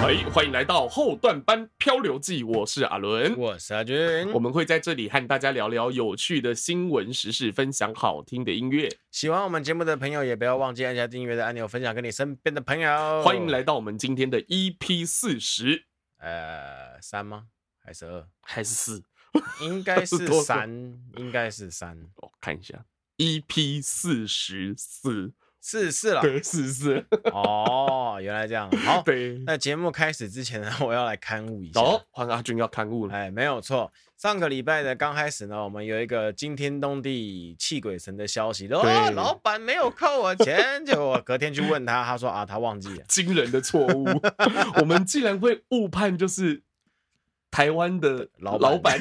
欢迎来到后段班漂流记，我是阿伦， 我是阿军， 我们会在这里和大家聊聊有趣的新闻时事，分享好听的音乐。 喜欢我们节目的朋友，也不要忘记按下订阅的按钮，分享给你身边的朋友。 欢迎来到我们今天的 EP40， 三吗？还是2？ 还是4？ 应该是3，应该是3。 我看一下 ，EP44。 44了， 对，44。 哦，原来这样。好， 对。 那节目开始之前呢，我要来勘误一下。 换阿军要勘误了。 没有错。上个礼拜的刚开始呢，我们有一个惊天动地、气鬼神的消息，老板没有扣我钱，结果我隔天去问他，他说他忘记了。 惊人的错误，我们竟然会误判就是台湾的老板。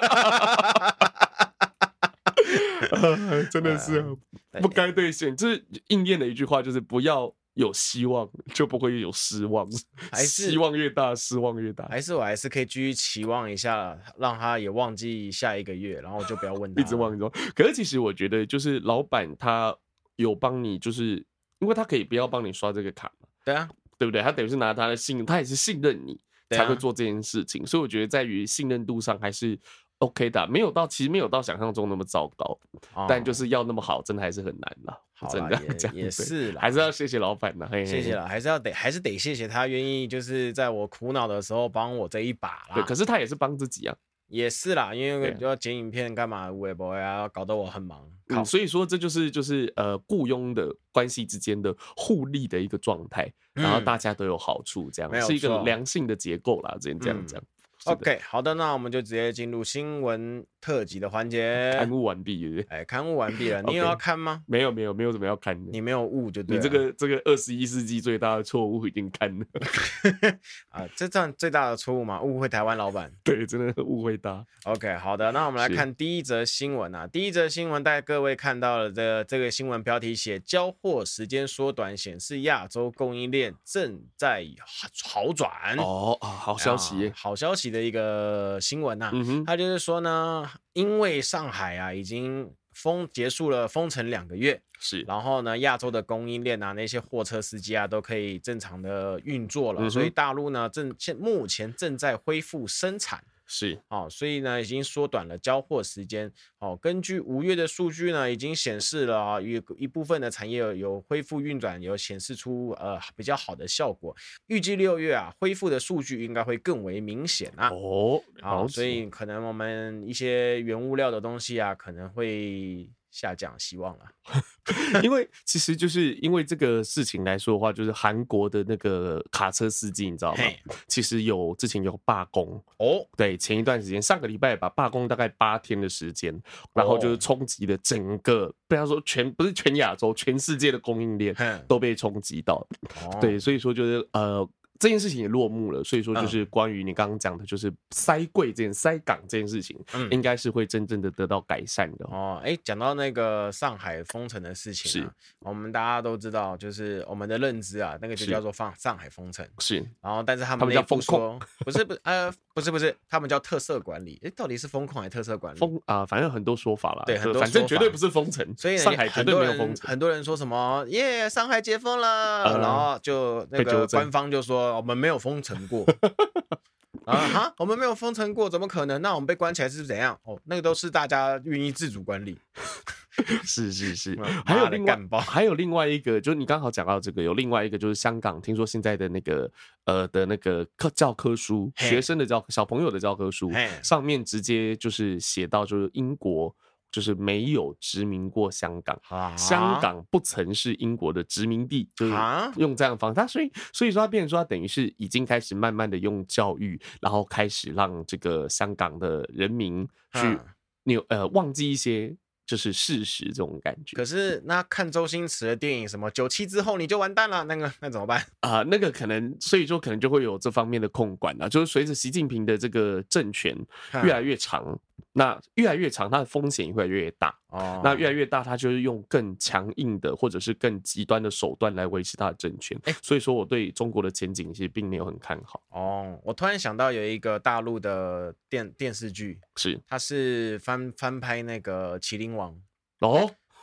真的是不该兑现，就是应验的一句话，就是不要有希望，就不会有失望。希望越大，失望越大。 我还是可以继续期望一下，让他也忘记下一个月，然后就不要问他。 一直忘。可是其实我觉得，就是老板他有帮你，就是因为他可以不要帮你刷这个卡嘛。 对啊， 对不对？他等于是拿他的信任，他也是信任你才会做这件事情，所以我觉得在于信任度上还是 OK 的，其实没有到想象中那么糟糕，但就是要那么好，真的还是很难啦。真的也是啦， 还是要谢谢老板啦， 谢谢啦，还是得谢谢他愿意就是在我苦恼的时候帮我这一把啦。 对，可是他也是帮自己啊。 也是啦，因为要剪影片干嘛，微博啊，搞得我很忙。 所以说这就是雇佣的关系之间的互利的一个状态，然后大家都有好处，这样是一个良性的结构啦，只能这样讲。 OK， 好的，那我们就直接进入新闻特辑的环节。 刊物完毕， 刊物完毕了，你有要看吗？ 没有什么要看的。 你没有误就对了。 你这个21世纪最大的错误已经看了。 这算最大的错误吗？误会台湾老板。 对，真的误会大。 OK， 好的，那我们来看第一则新闻啊。第一则新闻，大家各位看到了这个新闻标题写交货时间缩短，显示亚洲供应链正在好转。 好消息， 好消息的一个新闻啊。他就是说呢，因为上海啊已经结束了封城2个月， 是， 然后呢，亚洲的供应链啊，那些货车司机啊都可以正常的运作了，所以大陆呢目前正在恢复生产。 是， 所以呢，已经缩短了交货时间。根据5月的数据呢，已经显示了有一部分的产业有恢复运转，有显示出比较好的效果。预计6月啊，恢复的数据应该会更为明显啊。所以可能我们一些原物料的东西啊，可能会下降，希望了。 因为其实就是因为这个事情来说的话，就是韩国的那个卡车司机，你知道吗？其实之前有罢工对，前一段时间上个礼拜吧，罢工大概8天的时间，然后就是冲击了整个，不要说不是全亚洲，全世界的供应链都被冲击到。对，所以说就是这件事情也落幕了，所以说就是关于你刚刚讲的，就是塞港这件事情，应该是会真正的得到改善的。 讲到那个上海封城的事情啊，我们大家都知道，就是我们的认知啊，那个就叫做上海封城。 是， 然后但是他们叫风控， 不是，他们叫特色管理。到底是风控还是特色管理？ 反正很多说法啦。 对，很多说法， 反正绝对不是封城，所以上海绝对没有封城。 很多人说什么上海解封了，然后就那个官方就说我们没有封城过。我们没有封城过，怎么可能？那我们被关起来是怎样？那个都是大家愿意自主管理。 是，还有另外一个，就是你刚好讲到这个，有另外一个就是香港，听说现在的那个教科书，学生的小朋友的教科书上面直接就是写到，就是英国就是没有殖民过香港，香港不曾是英国的殖民地，就是用这样的方式。所以说，他变成说，他等于是已经开始慢慢的用教育，然后开始让这个香港的人民去忘记一些就是事实这种感觉。 可是那看周星驰的电影，什么97之后你就完蛋了，那怎么办那个可能，所以说可能就会有这方面的控管就是随着习近平的这个政权越来越长。那越来越长，它的风险也越来越大。那越来越大，它就是用更强硬的或者是更极端的手段来维持它的政权。所以说我对中国的前景其实并没有很看好。 我突然想到有一个大陆的电视剧，它是翻拍那个《麒麟王》。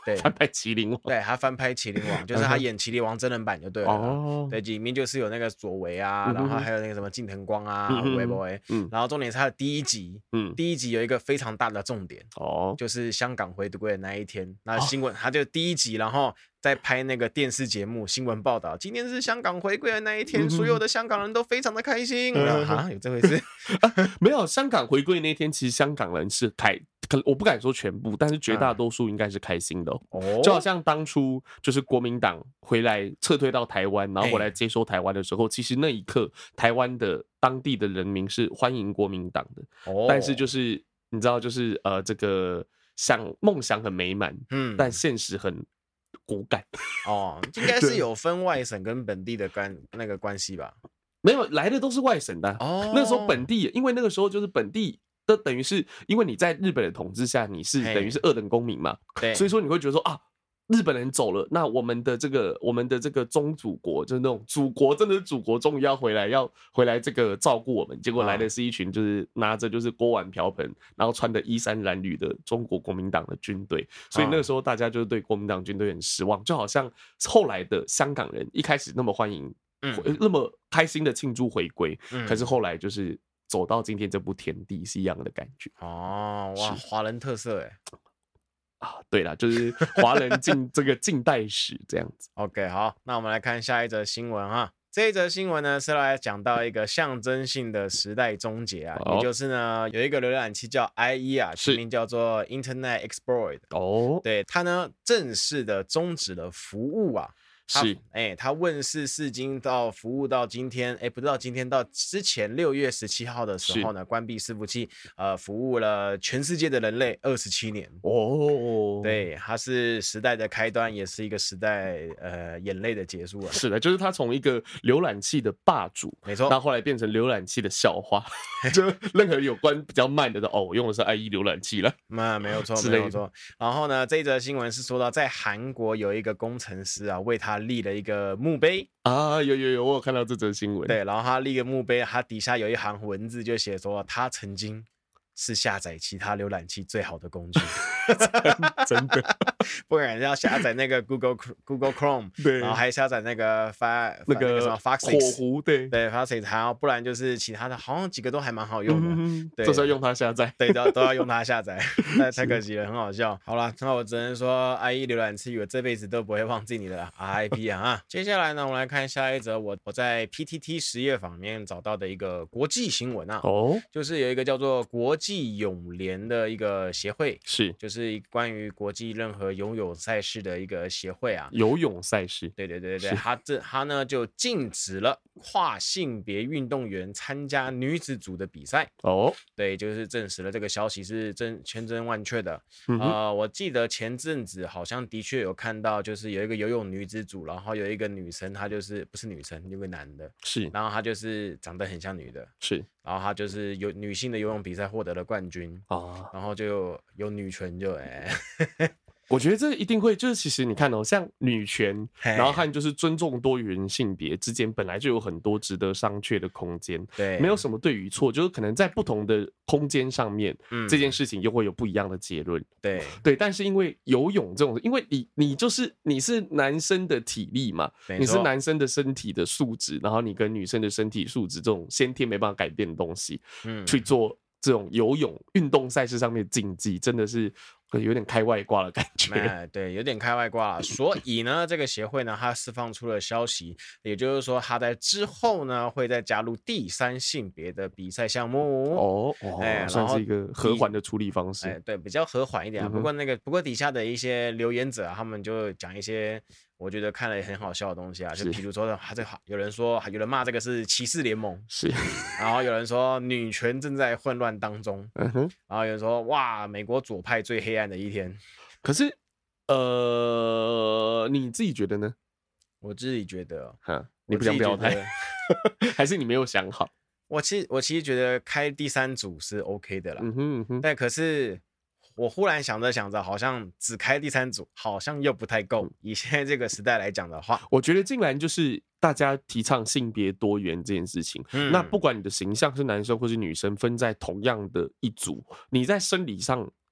对， 翻拍《麒麟王》， 对，他翻拍《麒麟王》，就是他演《麒麟王》真人版就对了。 哦， 对，里面就是有那个佐为啊，然后还有那个什么近藤光啊，微博然后重点是他的第一集，第一集有一个非常大的重点，就是香港回归的那一天，那新闻他就第一集，然后在拍那个电视节目新闻报道，今天是香港回归的那一天，所有的香港人都非常的开心。啊，有这回事？ 没有，香港回归那天，其实香港人是我不敢说全部，但是绝大多数应该是开心的就好像当初就是国民党回来撤退到台湾，然后回来接收台湾的时候，其实那一刻台湾的当地的人民是欢迎国民党的。但是就是你知道，就是这个梦想很美满，但现实很骨感。 应该是有分外省跟本地的那个关系吧？ 没有，来的都是外省的。那时候本地，因为那个时候就是本地。的等于是因为你在日本的统治下，你是等于是二等公民嘛，所以说你会觉得说啊，日本人走了，那我们的这个宗主国，就是那种祖国，真的是祖国，终于要回来这个照顾我们，结果来的是一群就是拿着就是锅碗瓢盆，然后穿的衣衫褴褛的中国国民党的军队，所以那个时候大家就是对国民党军队很失望，就好像后来的香港人一开始那么欢迎，那么开心的庆祝回归，可是后来就是。走到今天这步田地是一样的感觉哇，华人特色对啦，就是华人这个近代史这样子。 OK， 好，那我们来看下一则新闻哈。这一则新闻呢是来讲到一个象征性的时代终结也就是呢有一个浏览器叫 IE 取名叫做 Internet Explorer 对，它呢正式的终止了服务它问世至今到服务到今天，不知道今天到之前6月17号的时候呢，关闭伺服器，服务了全世界的人类27年。对，它是时代的开端，也是一个时代眼泪的结束是的，就是它从一个浏览器的霸主， 没错， 到后来变成浏览器的笑话，就任何有关比较慢的我用的是 IE 浏览器了。 没有错，没有错。然后呢，这一则新闻是说到在韩国有一个工程师为他立了一个墓碑有，我有看到这则新闻。 对，然后他立个墓碑，他底下有一行文字，就写说他曾经是下载其他浏览器最好的工具。 真的， 不然要下载那个 Google Chrome， 对，然后还下载那个那个什么 Fox 火狐，对 Fox， 还有不然就是其他的，好像几个都还蛮好用的。 对，就是要用它下载， 对，都要用它下载，太可惜了，很好笑。好了，那我只能说 IE 浏览器我这辈子都不会忘记你的 RIP 接下来呢，我们来看下一则我在 PTT 实业坊里面找到的一个国际新闻就是有一个叫做国际泳联的一个协会，就是关于国际任何游泳赛事的一个协会游泳赛事， 对，他呢就禁止了跨性别运动员参加女子组的比赛对，就是证实了这个消息是千真万确的。我记得前阵子好像的确有看到，就是有一个游泳女子组，然后有一个女生，她就是不是女生，有个男的，然后她就是长得很像女的，然后她就是有女性的游泳比赛获得了冠军然后就有女权就我觉得这一定会，就是其实你看像女权，然后和就是尊重多元性别之间，本来就有很多值得商榷的空间。 对， 没有什么对与错，就是可能在不同的空间上面，这件事情又会有不一样的结论。对，但是因为游泳这种，因为你是男生的体力嘛，你是男生的身体的素质，然后你跟女生的身体素质这种先天没办法改变的东西，去做这种游泳运动赛事上面的竞技，真的是有点开外挂的感觉。 对，有点开外挂。所以呢，这个协会呢，它释放出了消息，也就是说，它在之后呢，会再加入第三性别的比赛项目。 算是一个和缓的处理方式。 对，比较和缓一点。不过底下的一些留言者他们就讲一些我觉得看了也很好笑的东西就比如说有人骂这个是歧视联盟，然后有人说女权正在混乱当中，然后有人说哇，美国左派最黑暗的一天。 可是你自己觉得呢？ 我自己觉得你不想表态还是你没有想好？ 我其实觉得开第三组是 OK 的啦，但可是我忽然想着，好像只开第三组好像又不太够。以现在这个时代来讲的话， 我觉得竟然就是大家提倡性别多元这件事情，那不管你的形象是男生或是女生，分在同样的一组，你在生理上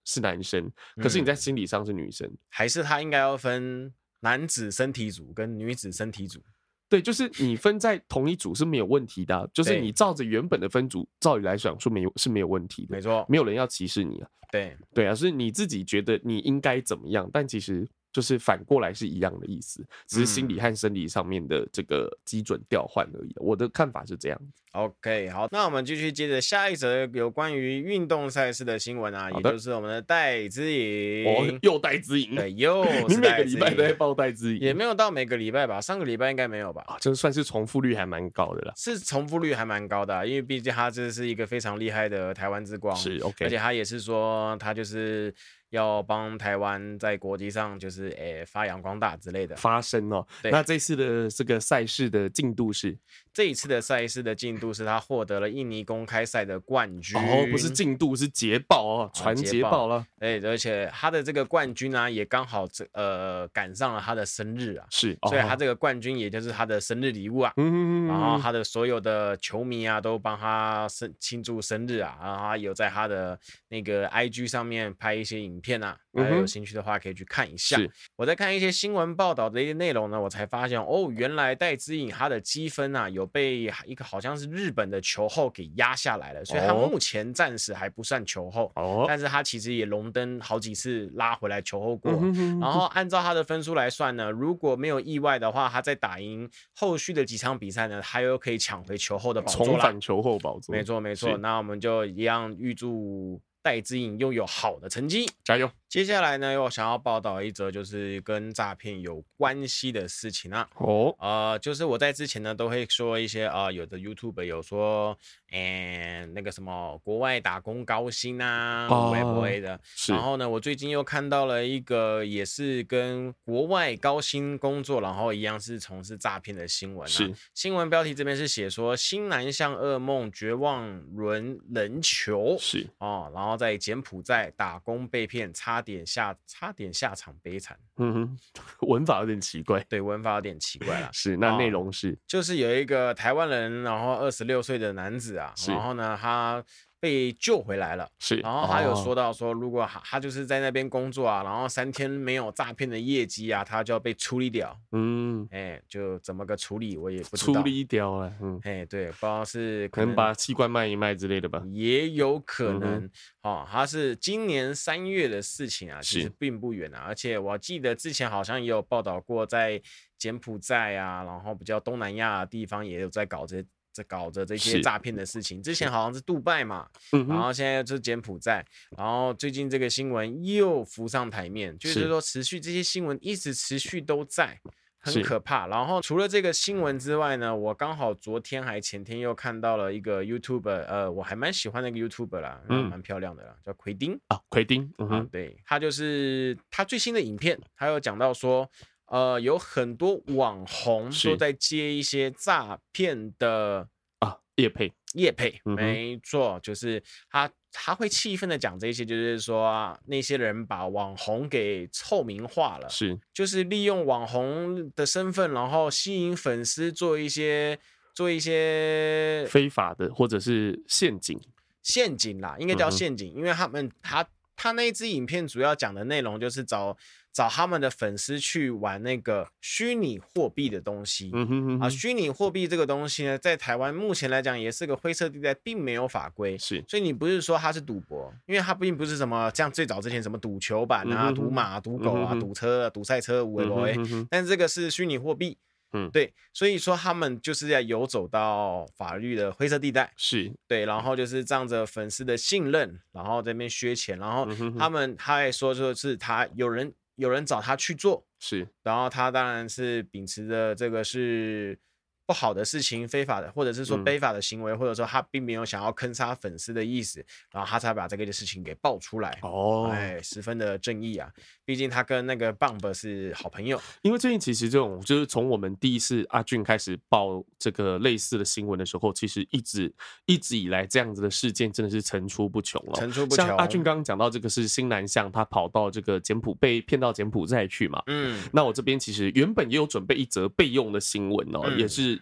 是男生，可是你在心理上是女生， 还是他应该要分男子身体组跟女子身体组？ 对，就是你分在同一组是没有问题的，就是你照着原本的分组，照理来讲说是没有问题的， 没错， 没有人要歧视你啊。对啊，是你自己觉得你应该怎么样，但其实就是反过来是一样的意思，只是心理和生理上面的这个基准调换而已。我的看法是这样。 OK， 好，那我们继续接着下一则有关于运动赛事的新闻啊，也就是我们的戴资颖。 又戴资颖， 对，又你每个礼拜都在报戴资颖， 也没有到每个礼拜吧，上个礼拜应该没有吧？ 这算是重复率还蛮高的啦。 是重复率还蛮高的，因为毕竟他这是一个非常厉害的台湾之光， 是 OK， 而且他也是说他就是要帮台湾在国际上就是发扬光大之类的发声哦。那这次的这个赛事的进度是？ 这一次的赛事的进度是他获得了印尼公开赛的冠军哦，不是进度是捷报哦，传捷报了。 而且他的这个冠军啊，也刚好赶上了他的生日啊， 是， 所以他这个冠军也就是他的生日礼物啊。然后他的所有的球迷啊，都帮他庆祝生日啊，然后他有在他的那个 IG 上面拍一些影片啊，大家有兴趣的话可以去看一下。我在看一些新闻报道的一些内容呢，我才发现哦，原来戴资颖他的积分啊有被一个好像是日本的球后给压下来了，所以他目前暂时还不算球后，但是他其实也荣登好几次拉回来球后过。然后按照他的分数来算呢，如果没有意外的话，他在打赢后续的几场比赛呢，他又可以抢回球后的宝座啦， 重返球后宝座。 没错没错，那我们就一样预祝戴资颖拥有好的成绩， 加油！ 接下来呢，我想要报道一则就是跟诈骗有关系的事情啊。就是我在之前呢都会说一些有的 YouTuber 有说，那个什么国外打工高薪啊，不会的。然后呢，我最近又看到了一个也是跟国外高薪工作，然后一样是从事诈骗的新闻啊。新闻标题这边是写说新南向噩梦，绝望沦人球。然后在柬埔寨打工被骗，差点下场悲惨。 文法有点奇怪。 对，文法有点奇怪啦。 是，那内容是， 就是有一个台湾人，然后26岁的男子啊，然后呢他被救回来了，然后他有说到说，如果他就是在那边工作啊，然后3天没有诈骗的业绩啊，他就要被处理掉。就怎么个处理我也不知道。 处理掉啊， 对，不知道是可能把器官卖一卖之类的吧， 也有可能。他是今年3月的事情啊，其实并不远啊，而且我记得之前好像也有报道过，在柬埔寨啊，然后比较东南亚的地方也有在搞着这些诈骗的事情。之前好像是杜拜嘛，然后现在就是柬埔寨，然后最近这个新闻又浮上台面，就是说持续这些新闻一直持续都在。很可怕。然后除了这个新闻之外呢，我刚好昨天还前天又看到了一个 YouTuber， 我还蛮喜欢那个 YouTuber 啦，蛮漂亮的啦，叫奎丁啊， 奎丁， 对，他就是他最新的影片，他有讲到说，有很多网红都在接一些诈骗的业配， 没错，就是他会气愤的讲这些，就是说那些人把网红给臭名化了，就是利用网红的身份，然后吸引粉丝做一些非法的或者是陷阱啦，应该叫陷阱，因为他那一支影片主要讲的内容就是找他们的粉丝去玩那个虚拟货币的东西。虚拟货币这个东西呢，在台湾目前来讲也是个灰色地带，并没有法规。所以你不是说它是赌博，因为它并不是什么像最早之前什么赌球板啊、赌马、赌狗啊、赌车、赌赛车、但是这个是虚拟货币。对，所以说他们就是要游走到法律的灰色地带，对，然后就是仗着粉丝的信任，然后在那边削钱，然后他还说是他有人找他去做，然后他当然是秉持着这个是不好的事情、非法的，或者是说非法的行为，或者说他并没有想要坑杀粉丝的意思，然后他才把这个事情给爆出来。十分的正义啊！毕竟他跟那个 Bump 是好朋友。因为最近其实这种就是从我们第一次阿俊开始报这个类似的新闻的时候，其实一直以来这样子的事件真的是层出不穷了。像阿俊刚刚讲到这个是新南向，他跑到这个被骗到柬埔寨去嘛。那我这边其实原本也有准备一则备用的新闻哦，也是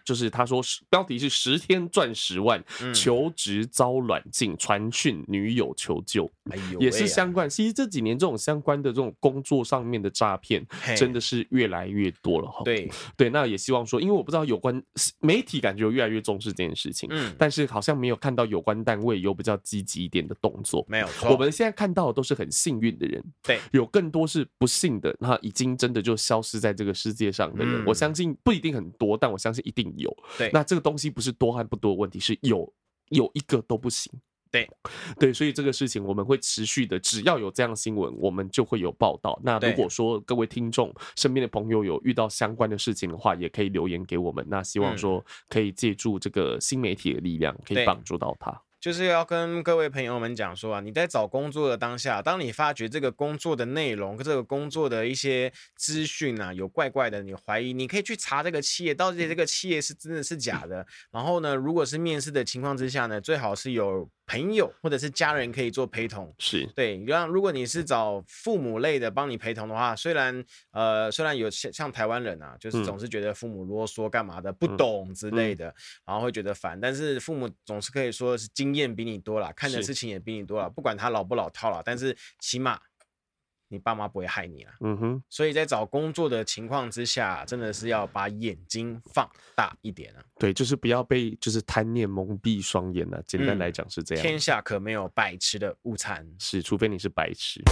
就是他说标题是10天赚10万，求职遭软禁，传讯女友求救，也是相关。其实这几年这种相关的这种工作上面的诈骗，真的是越来越多了哈。对，那也希望说，因为我不知道有关媒体感觉越来越重视这件事情，但是好像没有看到有关单位有比较积极一点的动作。 没有错， 我们现在看到的都是很幸运的人， 对， 有更多是不幸的，那已经真的就消失在这个世界上的人，我相信不一定很多，但我相信一定有。 对， 那这个东西不是多和不多的问题，是有一个都不行。对，所以这个事情我们会持续的，只要有这样的新闻，我们就会有报道。那如果说各位听众身边的朋友有遇到相关的事情的话，也可以留言给我们。那希望说可以借助这个新媒体的力量，可以帮助到他。 就是要跟各位朋友们讲说啊，你在找工作的当下，当你发觉这个工作的内容、这个工作的一些资讯啊有怪怪的，你怀疑，你可以去查这个企业，到底这个企业是真的是假的。然后呢，如果是面试的情况之下呢，最好是有朋友或者是家人可以做陪同。 是对，如果你是找父母类的帮你陪同的话，虽然有像台湾人啊，就是总是觉得父母啰嗦干嘛的，不懂之类的，然后会觉得烦，但是父母总是可以说是经验比你多啦，看的事情也比你多啦，不管他老不老套啦，但是起码你爸妈不会害你啦。所以在找工作的情况之下，真的是要把眼睛放大一点啊。 对，就是不要被就是贪念蒙蔽双眼啊。简单来讲是这样。 天下可没有白吃的午餐， 是，除非你是白痴。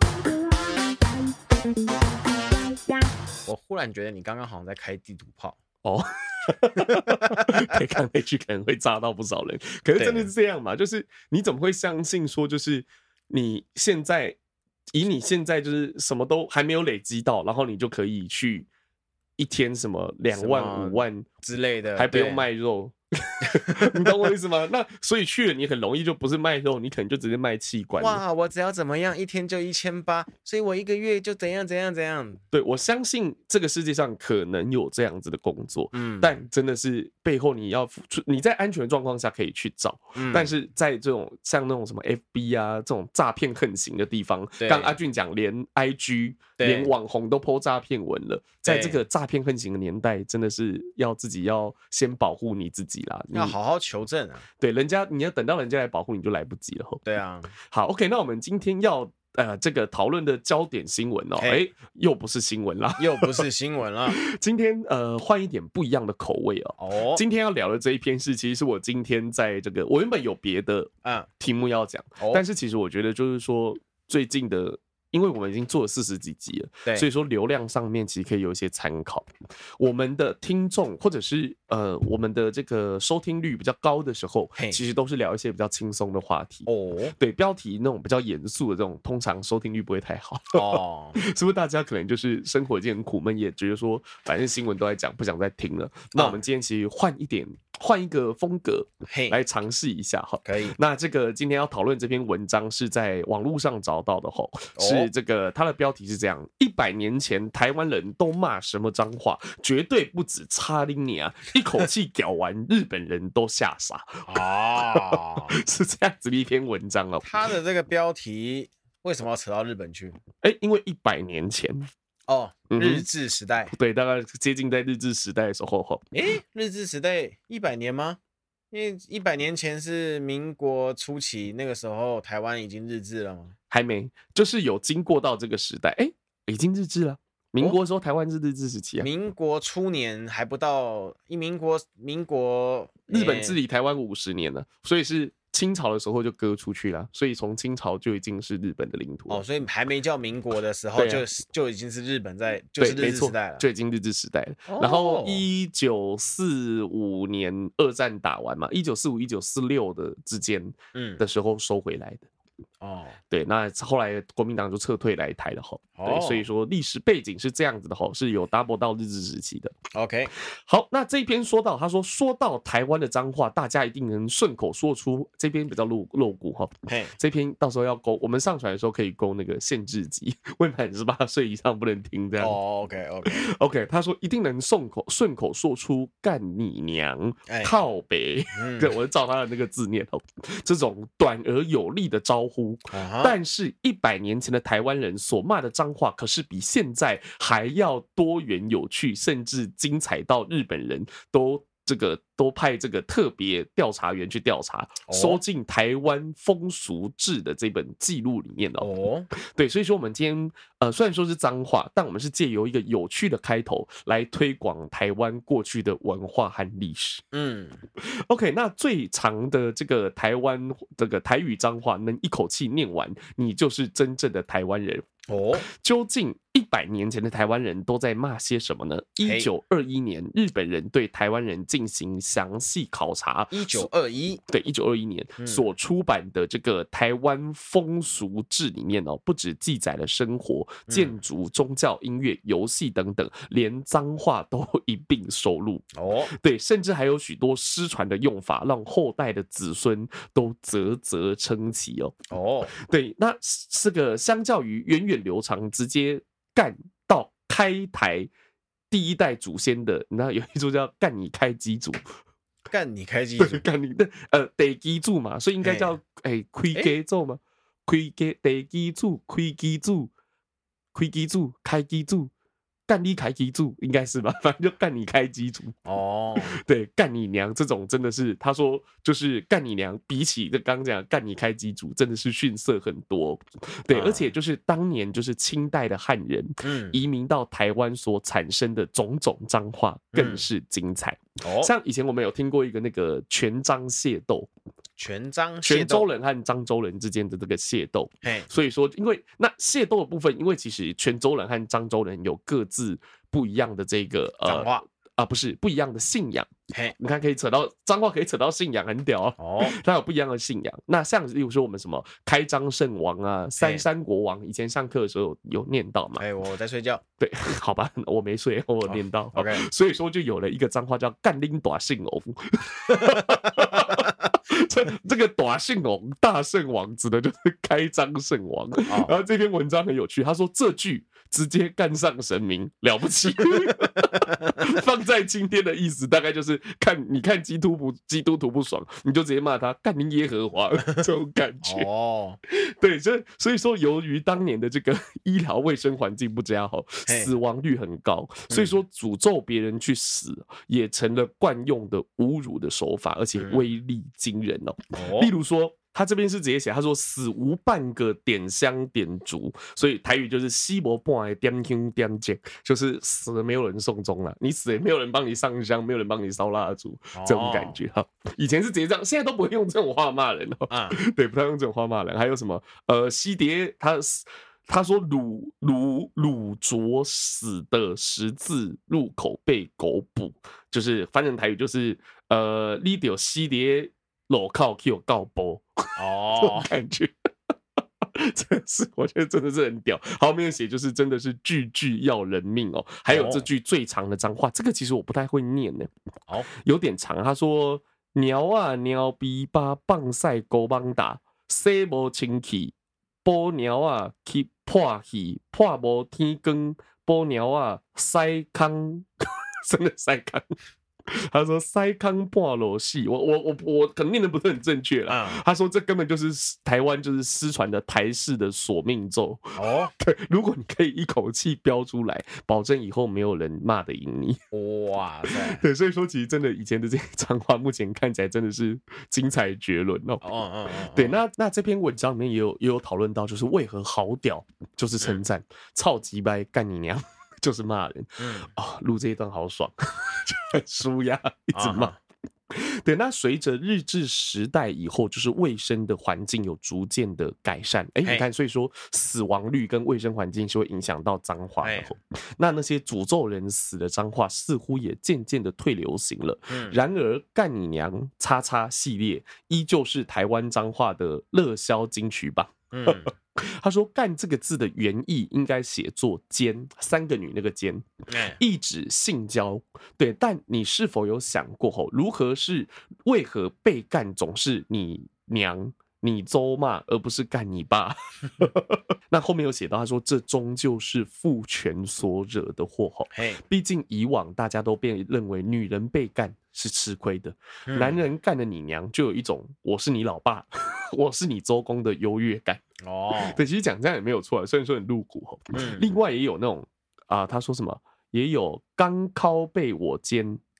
我忽然觉得你刚刚好像在开地图炮哦。可以看回去可能会炸到不少人，可是真的是这样嘛？就是你怎么会相信说，就是你现在就是什么都还没有累积到，然后你就可以去一天什么2万5万之类的， 还不用卖肉。你懂我意思吗？那所以去了你很容易就不是卖肉，你可能就直接卖器官。 哇，我只要怎么样，一天就1800，所以我1个月就怎样。 对，我相信这个世界上可能有这样子的工作，但真的是背后你要付出，你在安全的状况下可以去找，但是在这种像那种什么 FB 啊这种诈骗横行的地方，刚阿俊讲，连 IG 连网红都 po 诈骗文了，在这个诈骗横行的年代，真的是要自己要先保护你自己啦， 要好好求证啊。 对，你要等到人家来保护你就来不及了。 对啊， 好 ，OK， 那我们今天要这个讨论的焦点新闻哦，又不是新闻啦，今天换一点不一样的口味哦。今天要聊的这一篇其实是我今天在这个我原本有别的题目要讲，但是其实我觉得就是说最近的。因为我们已经做了40几集了，所以说流量上面其实可以有一些参考。我们的听众或者是我们的这个收听率比较高的时候，其实都是聊一些比较轻松的话题。对，标题那种比较严肃的这种，通常收听率不会太好。是不是大家可能就是生活已经很苦闷，也觉得说反正新闻都在讲，不想再听了。那我们今天其实换一个风格来尝试一下哈。 可以。 那这个今天要讨论这篇文章是在网络上找到的哈，是这个它的标题是这样：100年前台湾人都骂什么脏话？绝对不止差拎你啊！一口气屌完，日本人都吓傻啊！是这样子的一篇文章哦。 它的这个标题为什么要扯到日本去？ 因为100年前。 日治时代， 对，大概接近在日治时代的时候。 日治时代100年吗？因为100年前是民国初期，那个时候台湾已经日治了吗？ 还没，就是有经过到这个时代，已经日治了。民国的时候，台湾是日治时期啊。 民国初年还不到，民国日本治理台湾50年了，所以是。清朝的时候就割出去了，所以从清朝就已经是日本的领土了。 所以还没叫民国的时候就已经是日本在，就是日治时代了， 就已经日治时代了。然后1945年二战打完嘛，1945、1946的之间的时候收回来的。对，那后来国民党就撤退来台了哈。对，所以说历史背景是这样子的哈，是有 double 到日治时期的。 OK， 好，那这一篇说到，他说到台湾的脏话，大家一定能顺口说出。这篇比较露骨哈，这篇到时候要勾，我们上传的时候可以勾那个限制级，未满18岁以上不能听这样。OK， 他说一定能顺口说出干你娘、靠北，对，我就照他的那个字念哦，这种短而有力的招呼。但是100年前的台湾人所骂的脏话，可是比现在还要多元有趣，甚至精彩到日本人都这个都派这个特别调查员去调查，收进台湾风俗志的这本记录里面哦。对，所以说我们今天虽然说是脏话，但我们是借由一个有趣的开头来推广台湾过去的文化和历史。OK， 那最长的这个台湾这个台语脏话能一口气念完，你就是真正的台湾人。究竟100年前的台湾人都在骂些什么呢？1921年，日本人对台湾人进行详细考察。 1921， 对，1921年所出版的这个《台湾风俗志》里面不只记载了生活、建筑、宗教、音乐、游戏等等，连脏话都一并收录。对，甚至还有许多失传的用法，让后代的子孙都啧啧称奇哦。对，那这个相较于源远流长，直接干到开台第一代祖先的，你知道有一组叫干你开机组， 干你开机组， 干你的地基组嘛，所以应该叫开机组吗？地基组、开机组、开机组。干你开机组应该是吧，反正就干你开机组对，干你娘这种真的是，他说就是干你娘，比起这刚讲干你开机组，真的是逊色很多。对，而且就是当年就是清代的汉人移民到台湾所产生的种种脏话更是精彩。像以前我们有听过一个那个全漳械斗。泉州人和漳州人之间的这个械斗，所以说，因为那械斗的部分，因为其实泉州人和漳州人有各自不一样的这个脏话不是不一样的信仰。你看可以扯到脏话，可以扯到信仰，很屌它有不一样的信仰。那像例如说我们什么开漳圣王啊、三山国王，以前上课的时候有念到嘛？ 我在睡觉。 对，好吧，我没睡，我有念到。OK， 所以说就有了一个脏话叫干拎大圣王。这个大圣王、大圣王指的就是开漳圣王。然后这篇文章很有趣，他说这句直接干上神明，了不起。放在今天的意思大概就是你看基督徒不爽，你就直接骂他干你耶和华这种感觉。对，所以说由于当年的这个医疗卫生环境不佳，死亡率很高，所以说诅咒别人去死也成了惯用的侮辱的手法，而且威力惊人例如说他这边是直接写，他说死无半个点香点烛，所以台语就是死无半个点香点烛，就是死了没有人送终了，你死了没有人帮你上香，没有人帮你烧蜡烛，这种感觉以前是直接这样，现在都不会用这种话骂人对，不太用这种话骂人。还有什么西蝶他说鲁卓死的十字路口被狗捕，就是翻成台语就是你就西蝶路口去有告播这种感觉。真的是，我觉得真的是很屌。后面写就是真的是句句要人命还有这句最长的脏话，这个其实我不太会念呢，有点长。他说鸟啊鸟比巴棒赛狗棒打，洗无清气，捕鸟啊去破气，破无天光，捕鸟啊塞康，真的塞康。他说塞康半裸戏，我可能念的不是很正确啦。他说这根本就是台湾就是失传的台式的索命咒对，如果你可以一口气标出来，保证以后没有人骂得赢你。 哇塞！ 对，所以说其实真的以前的这些脏话，目前看起来真的是精彩绝伦对，那这篇文章里面也有讨论到，就是为何好屌就是称赞，超级掰干你娘。就是骂人录这一段好爽，就很舒压，一直骂。对，那随着日治时代以后，就是卫生的环境有逐渐的改善。你看，所以说死亡率跟卫生环境是会影响到脏话的。那些诅咒人死的脏话似乎也渐渐的退流行了。然而，干你娘叉叉系列依旧是台湾脏话的热销金曲榜。他说干这个字的原意应该写作奸，三个女那个奸，意指性交。对，但你是否有想过为何被干总是你娘你周骂，而不是干你爸？那后面有写到，他说这终究是父权所惹的祸毕竟以往大家都被认为女人被干是吃亏的，男人干了你娘就有一种我是你老爸，我是你周公的优越感。对，其实讲这样也没有错，虽然说很露骨另外也有那种他说什么，也有刚拷被我奸，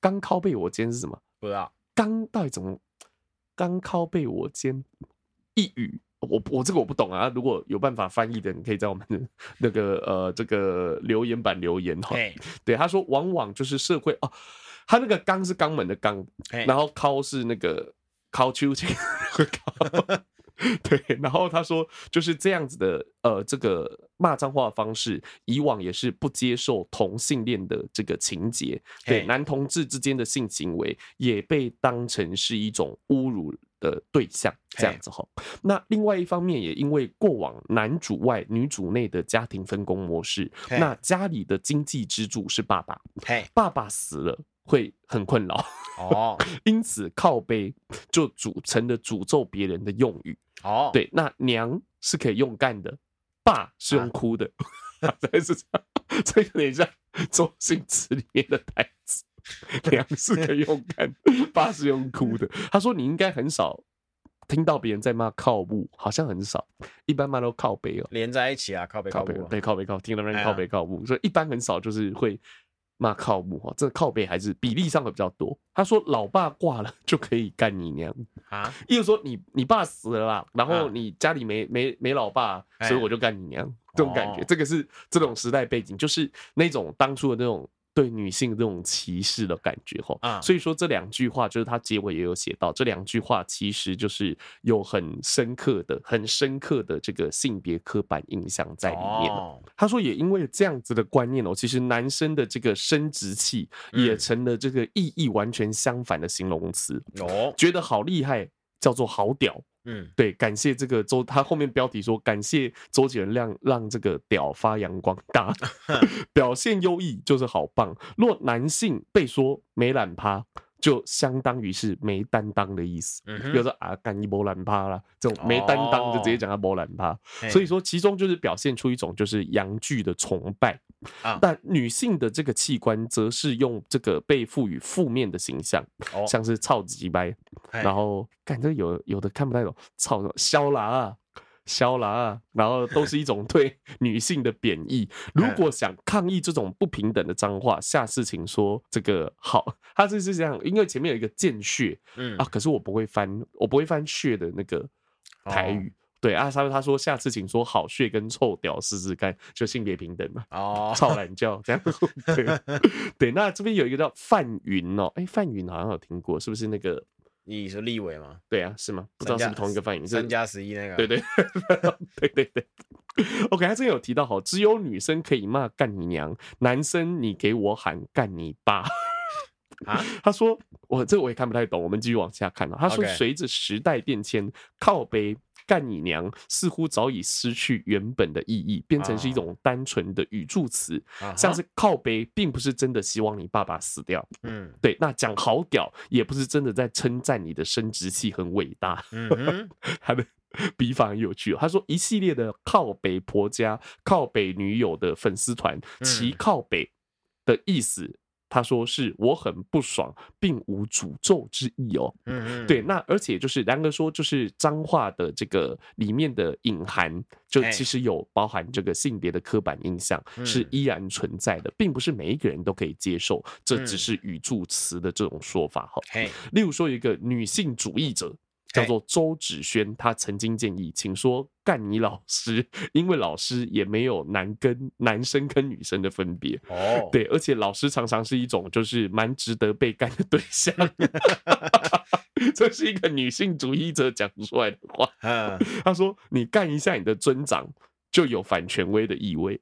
刚靠背我肩是什么？ 不知道刚到底怎么？刚靠背我肩，一语。我这个我不懂啊，如果有办法翻译的，你可以在我们的那个这个留言板留言哈。对，他说往往就是社会哦，他那个肛是肛门的肛，然后靠是那个靠秋千靠。对，然后他说就是这样子的这个骂脏话的方式，以往也是不接受同性恋的这个情节，对，男同志之间的性行为也被当成是一种侮辱的对象，这样子哈。那另外一方面，也因为过往男主外女主内的家庭分工模式，那家里的经济支柱是爸爸，爸爸死了会很困扰哦，因此靠背就组成了诅咒别人的用语哦。对，那娘是可以用干的，爸是用哭的，是这样，这有点像周星驰里面的台词。娘是可以用干，爸是用哭的。他说你应该很少听到别人在骂靠步，好像很少，一般骂都靠背哦， 连在一起啊，靠背靠步， 对，靠背靠，听到人靠背靠步，所以一般很少就是会骂靠步哈，这靠背还是比例上会比较多。他说老爸挂了就可以干你娘啊，意思说你爸死了啦，然后你家里没老爸，所以我就干你娘，这种感觉，这个是这种时代背景，就是那种当初的那种对女性这种歧视的感觉哈。所以说这两句话就是他结尾也有写到，这两句话其实就是有很深刻的这个性别刻板印象在里面。他说也因为这样子的观念其实男生的这个生殖器也成了这个意义完全相反的形容词，觉得好厉害叫做好屌。对，感谢这个他后面标题说感谢周杰伦让这个屌发扬光大，表现优异就是好棒。若男性被说没懒趴，就相当于是没担当的意思，比如说啊干一波懒趴啦，这种没担当就直接讲他没懒趴。所以说其中就是表现出一种就是阳具的崇拜。但女性的这个器官则是用这个被赋予负面的形象，像是操鸡掰，然后感觉有的看不太懂，操肖啦啊，然后都是一种对女性的贬义。如果想抗议这种不平等的脏话，下次请说这个好。他这是这样，因为前面有一个见血，可是我不会翻血的那个台语。对啊，他说下次请说好血跟臭屌试试看，就性别平等嘛。操懒觉这样。对，那这边有一个叫范云范云好像有听过，是不是那个？ 你说立委吗？ 对啊，是吗？不知道是不是同一个范云 ？3+11那个。 对对。OK， 他这边有提到只有女生可以骂干你娘，男生你给我喊干你爸。他说这我也看不太懂，我们继续往下看。他说随着时代变迁，靠北干你娘似乎早已失去原本的意义，变成是一种单纯的语助词，像是靠北并不是真的希望你爸爸死掉，对，那讲好屌也不是真的在称赞你的生殖器很伟大。他的笔法很有趣他说一系列的靠北婆家、靠北女友的粉丝团，其靠北的意思他说是我很不爽，并无诅咒之意对，那而且就是然而说就是脏话的这个里面的隐含，就其实有包含这个性别的刻板印象是依然存在的，并不是每一个人都可以接受，这只是语助词的这种说法例如说有一个女性主义者叫做周芷萱，他曾经建议请说干你老师，因为老师也没有男生跟女生的分别对，而且老师常常是一种就是蛮值得被干的对象。这是一个女性主义者讲出来的话。他说你干一下你的尊长就有反权威的意味。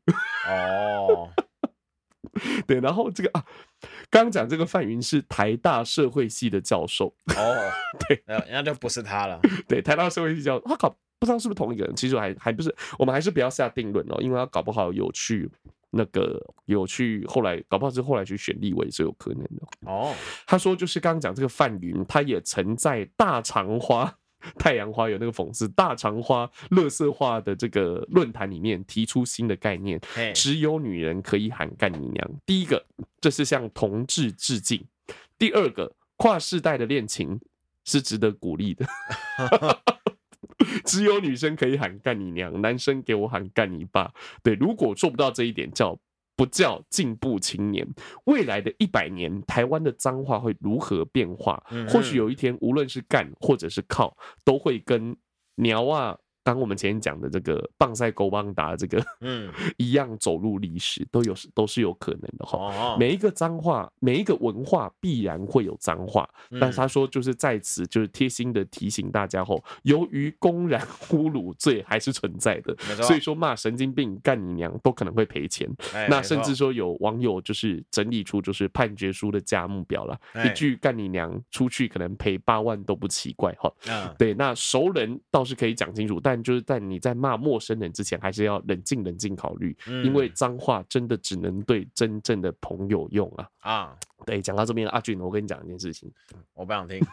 对，然后这个刚刚讲这个范云是台大社会系的教授。对， 那就不是他了。 对，台大社会系教授，他不知道是不是同一个人，其实还不是，我们还是不要下定论因为他搞不好有去后来搞不好是后来去选立委是有可能的。他说就是刚刚讲这个范云，他也曾在大长花太阳花有那个讽刺大长花垃圾话的这个论坛里面提出新的概念，只有女人可以喊干你娘。第一个，这是向同志致敬；第二个，跨世代的恋情是值得鼓励的。只有女生可以喊干你娘，男生给我喊干你爸。对，如果做不到这一点，叫不叫进步青年。未来的100年，台湾的脏话会如何变化？或许有一天，无论是干或者是靠，都会跟鸟啊。当我们前面讲的这个棒赛勾棒达这个一样走入历史，都是有可能的哈。每一个脏话，每一个文化必然会有脏话，但是他说就是在此就是贴心的提醒大家后，由于公然侮辱罪还是存在的，所以说骂神经病干你娘都可能会赔钱。那甚至说有网友就是整理出就是判决书的价目表了，一句干你娘出去可能赔8万都不奇怪哈。对，那熟人倒是可以讲清楚，但就是在你在骂陌生人之前，还是要冷静考虑，因为脏话真的只能对真正的朋友用啊！对，讲到这边，阿俊，我跟你讲一件事情， 我不想听。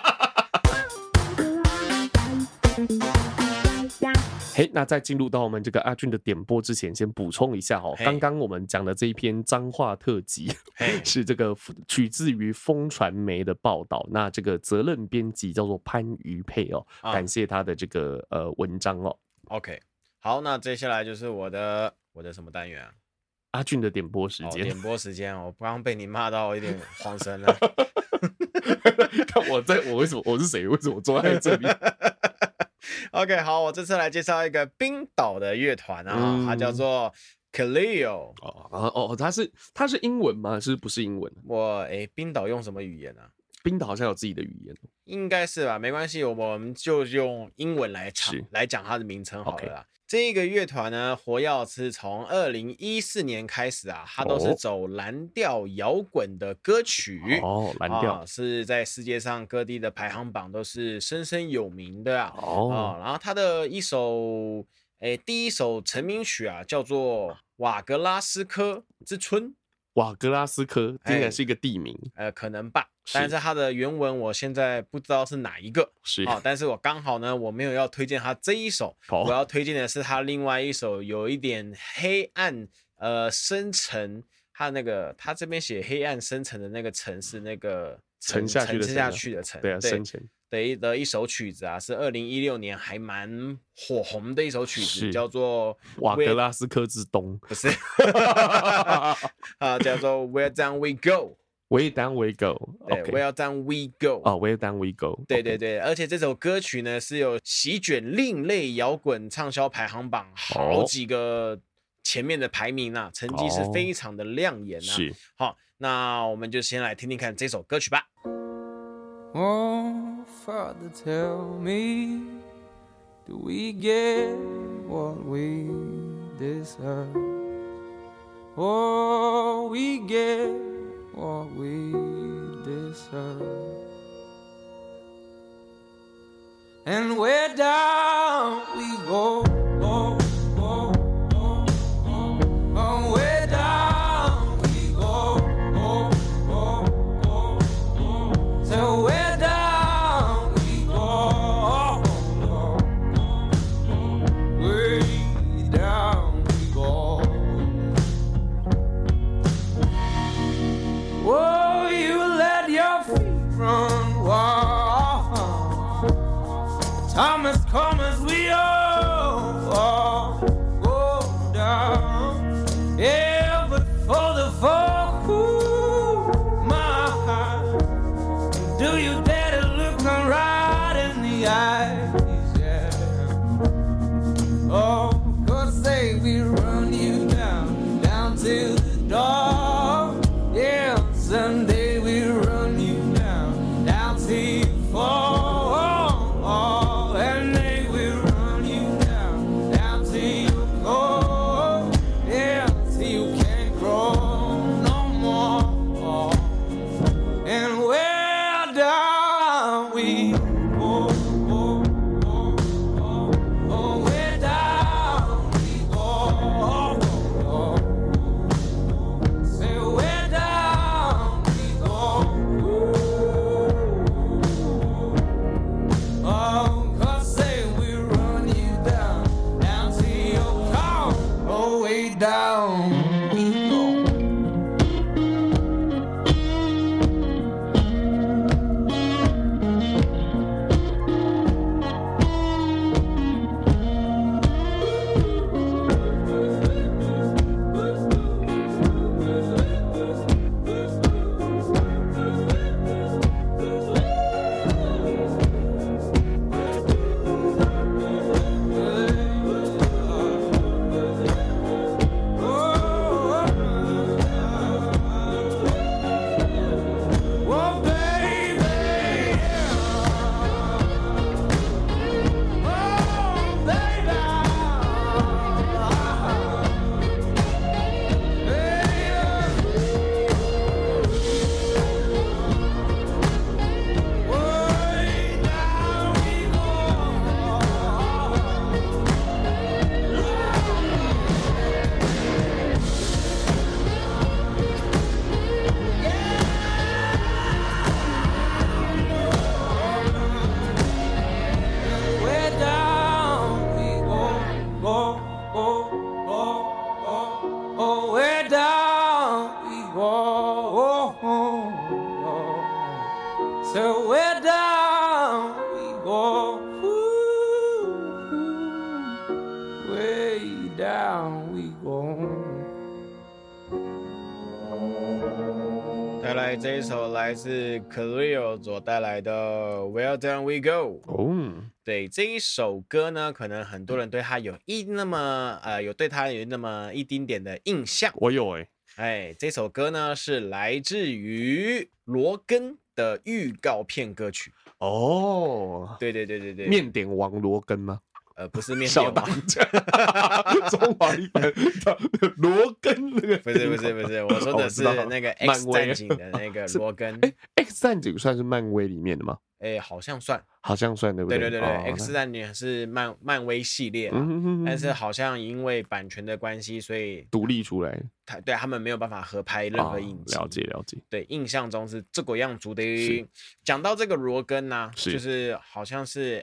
嘿，那在进入到我们这个阿俊的点播之前，先补充一下哈，刚刚我们讲的这一篇脏话特辑是这个取自于风传媒的报道，那这个责任编辑叫做潘瑜佩哦，感谢他的这个文章哦。 OK， 好，那接下来就是我的什么单元啊？ 阿俊的点播时间。 点播时间，我刚刚被你骂到有点慌神了。 看我为什么我是谁？为什么坐在这里 ？OK， 好，我这次来介绍一个冰岛的乐团啊，它叫做 Cleo。 它是英文吗？是不是英文？ 冰岛用什么语言啊？ 冰岛好像有自己的语言， 应该是吧？没关系，我们就用英文来讲它的名称好了啦。这个乐团呢，活跃是从2014年开始啊，它都是走蓝调摇滚的歌曲蓝调是在世界上各地的排行榜都是深深有名的然后它的第一首成名曲啊，叫做《瓦格拉斯科之春》。 瓦格拉斯科竟然是一个地名， 可能吧，但是它的原文我现在不知道是哪一个，但是我刚好呢，我没有要推荐它这一首，我要推荐的是它另外一首有一点黑暗深沉，它这边写黑暗深沉的那个沉是那个沉下去的沉， 对啊，深沉的一首曲子啊，是2016年还蛮火红的一首曲子，叫做瓦格拉斯科之冬， 不是叫做 Where Down We Go。Way down we go， 对 ，Well down we go， Way down we go， 对，而且这首歌曲呢是有席卷另类摇滚畅销排行榜好几个前面的排名啊，成绩是非常的亮眼啊。 是， 好，那我们就先来听听看这首歌曲吧。 Oh, Father, tell me, do we get what we deserve? Oh, we get.What we deserve, and where down we go, oh, oh, oh, oh, oh, where down we go, oh, oh, oh, oh, so where down we go, oh, oh, oh, way down we go. Oh, you let your feet run wild. Thomas Cole. So where down we go, way down we go. 再来这一首来自 Khalil 所带来的 Where Down We Go。对，这一首歌呢，可能很多人对他有对他有那么一丁点的印象。 我有这首歌呢是来自于罗根的预告片歌曲。对， 面点王罗根吗？ 不是面小点王， 中华一番罗根那个不是，我说的是那个 X 战警的那个罗根。 X 战警算是漫威里面的吗？ 好像算，对不对？ 对，X 战警是漫威系列啦，但是好像因为版权的关系，所以独立出来， 对他们没有办法合拍任何影集。 了解。 对，印象中是这个样子的。讲到这个罗根呢，就是好像是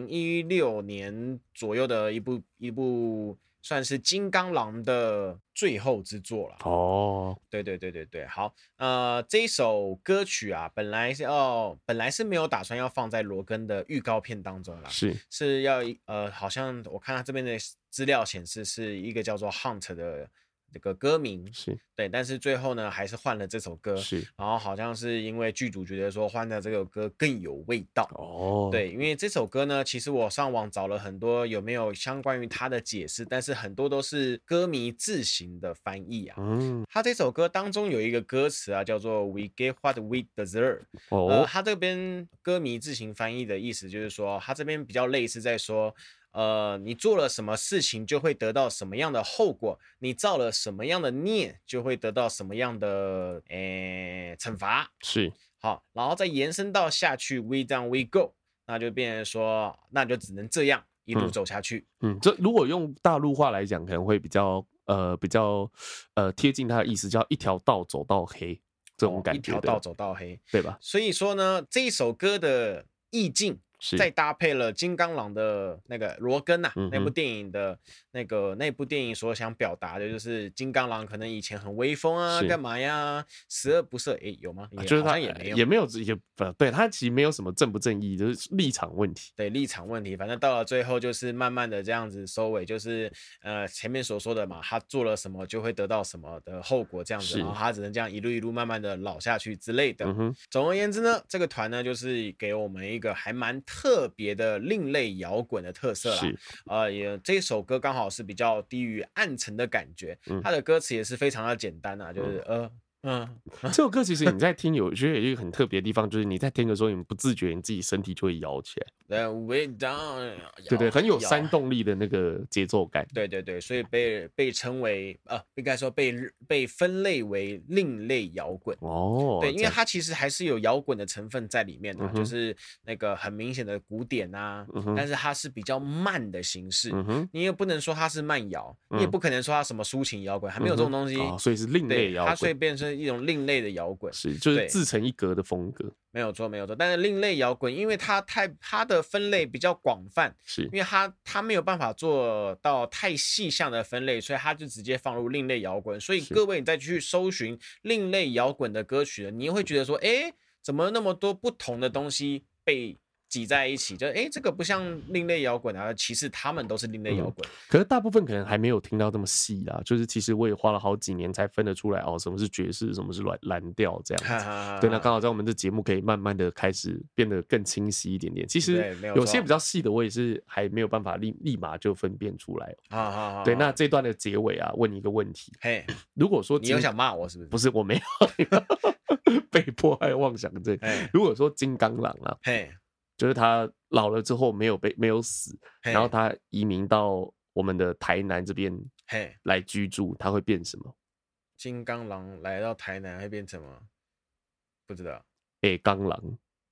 2016年左右的一部算是金刚狼的最后之作了。对，好，这一首歌曲啊，本来是没有打算要放在罗根的预告片当中啦，是要好像我看他这边的资料显示是一个叫做 Hunt 的这个歌名，对，但是最后呢还是换了这首歌，然后好像是因为剧组觉得说换的这首歌更有味道。对，因为这首歌呢，其实我上网找了很多有没有相关于它的解释，但是很多都是歌迷自行的翻译啊。他这首歌当中有一个歌词啊，叫做 We get what we deserve。他这边歌迷自行翻译的意思就是说，他这边比较类似在说。你做了什么事情就会得到什么样的后果，你造了什么样的孽就会得到什么样的惩罚。好，然后再延伸到下去 We down we go， 那就变成说那就只能这样一路走下去。 这如果用大陆话来讲可能会比较贴近他的意思，叫一条道走到黑这种感觉。一条道走到黑， 对吧？ 所以说呢，这一首歌的意境再搭配了金刚狼的那个罗根那部电影的那部电影所想表达的就是金刚狼可能以前很威风啊，干嘛呀，十恶不赦，有吗？ 就是他也没有对，他其实没有什么正不正义，就是立场问题。 对，立场问题，反正到了最后就是慢慢的这样子收尾，就是前面所说的嘛，他做了什么就会得到什么的后果这样子，然后他只能这样一路一路慢慢的老下去之类的。总而言之呢，这个团呢就是给我们一个还蛮特别的另类摇滚的特色啦。这首歌刚好是比较低于暗沉的感觉，它的歌词也是非常的简单啊，就是这首歌其实你在听，我觉得有一个很特别的地方，就是你在听的时候，你不自觉你自己身体就会摇起来。对，很有煽动力的那个节奏感。 对，所以被称为应该说被分类为另类摇滚。对，因为它其实还是有摇滚的成分在里面的，就是那个很明显的鼓点啊，但是它是比较慢的形式。你也不能说它是慢摇，你也不可能说它什么抒情摇滚，还没有这种东西。 所以是另类摇滚。 它所以变成一种另类的摇滚， 就是自成一格的风格。 没有错。但是另类摇滚，因为它的分类比较广泛，因为它没有办法做到太细项的分类，所以它就直接放入另类摇滚。所以各位你再去搜寻另类摇滚的歌曲，你会觉得说，怎么那么多不同的东西被挤在一起，就这个不像另类摇滚啊，其实他们都是另类摇滚。 可是大部分可能还没有听到这么细啦，就是其实我也花了好几年才分得出来什么是爵士，什么是蓝调这样子。对，那刚好在我们这节目可以慢慢的开始变得更清晰一点点。其实有些比较细的，我也是还没有办法立马就分辨出来。对，那这段的结尾啊，问你一个问题。如果说你有想骂我是不是？ 不是，我没有被迫害妄想症。如果说金刚狼啊，就是他老了之后没有死，然后他移民到我们的台南这边来居住，他会变什么？ 金刚狼来到台南会变什么？不知道。 刚狼。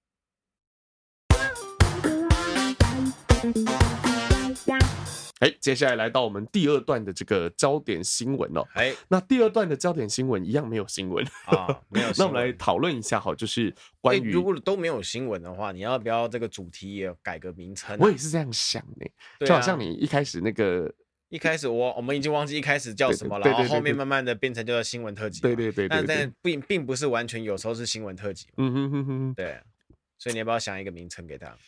接下来来到我们第二段的这个焦点新闻哦。那第二段的焦点新闻一样没有新闻没有新闻。 那我们来讨论一下就是关于如果都没有新闻的话，你要不要这个主题也改个名称？ 我也是这样想的，就好像你一开始那个一开始我们已经忘记一开始叫什么了，然后后面慢慢的变成叫做新闻特辑。 对。 但并不是完全，有时候是新闻特辑。对。所以你要不要想一个名称给他？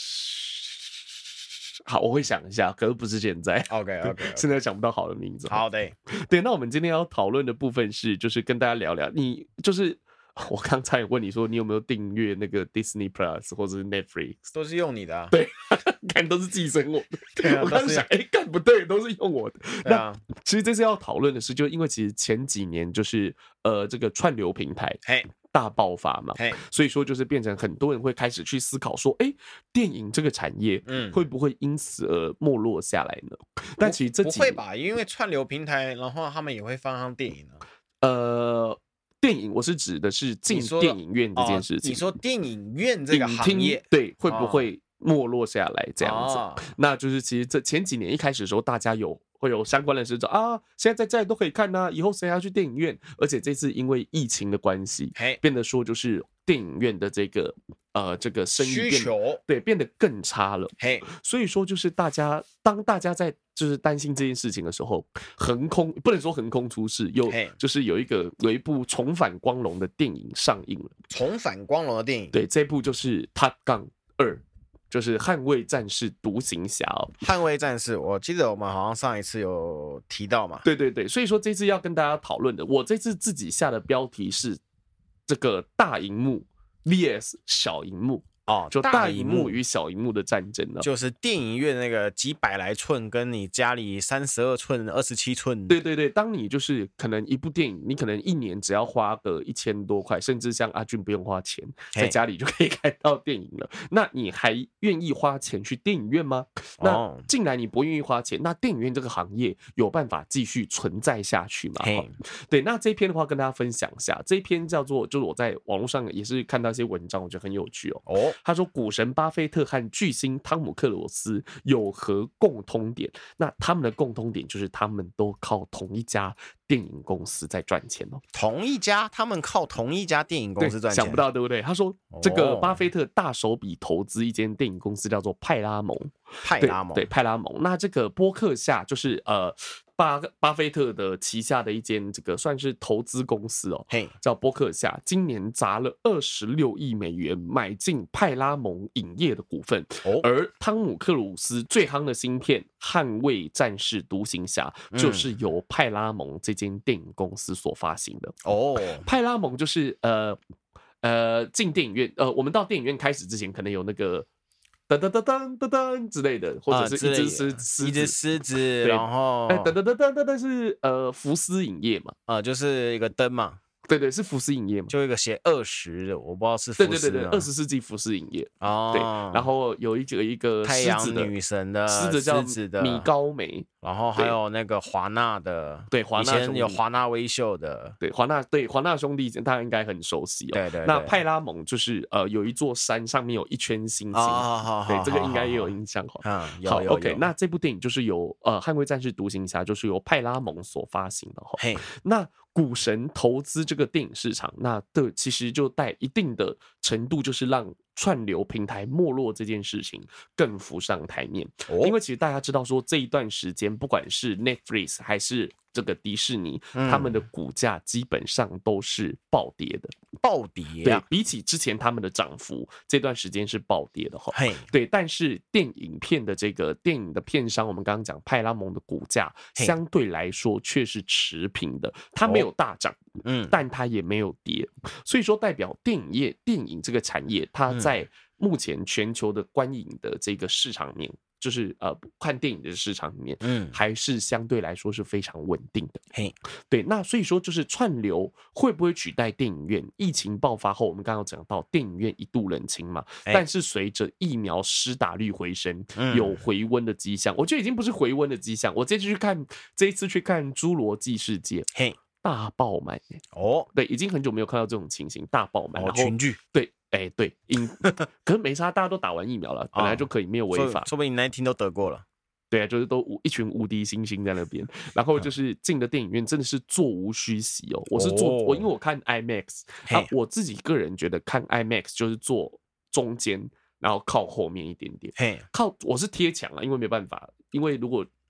好，我会想一下，可是不是现在。 OK， 现在想不到好的名字。 好的， 对，那我们今天要讨论的部分是，就是跟大家聊聊，你就是我刚才也问你说，你有没有订阅那个 Disney Plus 或者是 Netflix？ 都是用你的啊。 对，看都是寄生我的。 对啊， 我刚想，干不对，都是用我的。 对啊， 那其实这次要讨论的是，就因为其实前几年就是这个串流平台大爆发嘛，所以说就是变成很多人会开始去思考说，电影这个产业会不会因此而没落下来呢？但其实这不会吧，因为串流平台，然后他们也会放上电影啊。电影我是指的是进电影院这件事情。 你说电影院这个行业， 对，会不会没落下来这样子？那就是其实这前几年一开始的时候，大家会有相关的事情啊，现在在家都可以看啊，以后谁要去电影院？而且这次因为疫情的关系，变得说就是电影院的这个生意需求变得更差了。所以说就是当大家在就是担心这件事情的时候，不能说横空出世，就是有一部重返光荣的电影上映了。 重返光荣的电影， 对，这部就是《Top Gun 2》。就是捍卫战士独行侠捍卫战士，我记得我们好像上一次有提到嘛。 对，所以说这次要跟大家讨论的，我这次自己下的标题是这个大荧幕 vs 小荧幕。就大荧幕与小荧幕的战争呢， 就是电影院那个几百来寸，跟你家里32寸、27寸。 对，当你就是可能一部电影，你可能一年只要花个1000多块，甚至像阿俊不用花钱，在家里就可以看到电影了。那你还愿意花钱去电影院吗？那既然你不愿意花钱，那电影院这个行业有办法继续存在下去吗？对，那这一篇的话跟大家分享一下，这一篇叫做就是我在网络上也是看到一些文章，我觉得很有趣哦。他说，股神巴菲特和巨星汤姆克鲁斯有何共通点？那他们的共通点就是他们都靠同一家电影公司在赚钱哦。 他们靠同一家电影公司赚钱， 想不到对不对？他说，这个巴菲特大手笔投资一间电影公司叫做派拉蒙。对，派拉蒙。那这个波克夏就是巴菲特的旗下的一间这个算是投资公司哦，叫波克夏，今年砸了26亿美元买进派拉蒙影业的股份。而汤姆克鲁斯最夯的新片《捍卫战士独行侠》就是由派拉蒙这间电影公司所发行的。派拉蒙就是进电影院，我们到电影院开始之前可能有那个噔噔噔噔噔噔之类的，或者是一只狮子， 然后噔噔噔噔噔噔是福斯影业嘛， 就是一个灯嘛。 对，是福斯影业嘛， 就一个写20的，我不知道是福斯。 对，20世纪福斯影业。对，然后有一个太阳女神的狮子叫米高梅， 然后还有那个华纳的， 对，华纳以前有华纳微秀的， 对，华纳兄弟大家应该很熟悉哦。对，那派拉蒙就是有一座山上面有一圈星星，对，这个应该也有印象哈。好 ，OK， 那这部电影就是由捍卫战士独行侠就是由派拉蒙所发行的哈。那股神投资这个电影市场，那其实就带一定的程度，就是让串流平台没落这件事情更浮上台面。因为其实大家知道说，这一段时间不管是 Netflix 还是这个迪士尼，他们的股价基本上都是暴跌的。对，比起之前他们的涨幅，这段时间是暴跌的哈。对，但是电影的片商，我们刚刚讲派拉蒙的股价相对来说却是持平的，它没有大涨，但它也没有跌，所以说代表电影这个产业，它在目前全球的观影的这个市场面，就是看电影的市场里面，还是相对来说是非常稳定的。对，那所以说就是串流会不会取代电影院？疫情爆发后，我们刚刚讲到电影院一度冷清嘛，但是随着疫苗施打率回升，有回温的迹象。我觉得已经不是回温的迹象，我这一次去看《侏罗纪世界》，大爆满对，已经很久没有看到这种情形，大爆满，然后群聚， 对。对，可是没差，大家都打完疫苗了，本来就可以，没有违法。 说不定那一天都得过了。 对啊，就是都一群无敌星星在那边，然后就是进的电影院真的是座无虚席哦。因为我看 IMAX，我自己个人觉得看 IMAX 就是坐中间，然后靠后面一点点。我是贴墙了，因为没办法，因为如果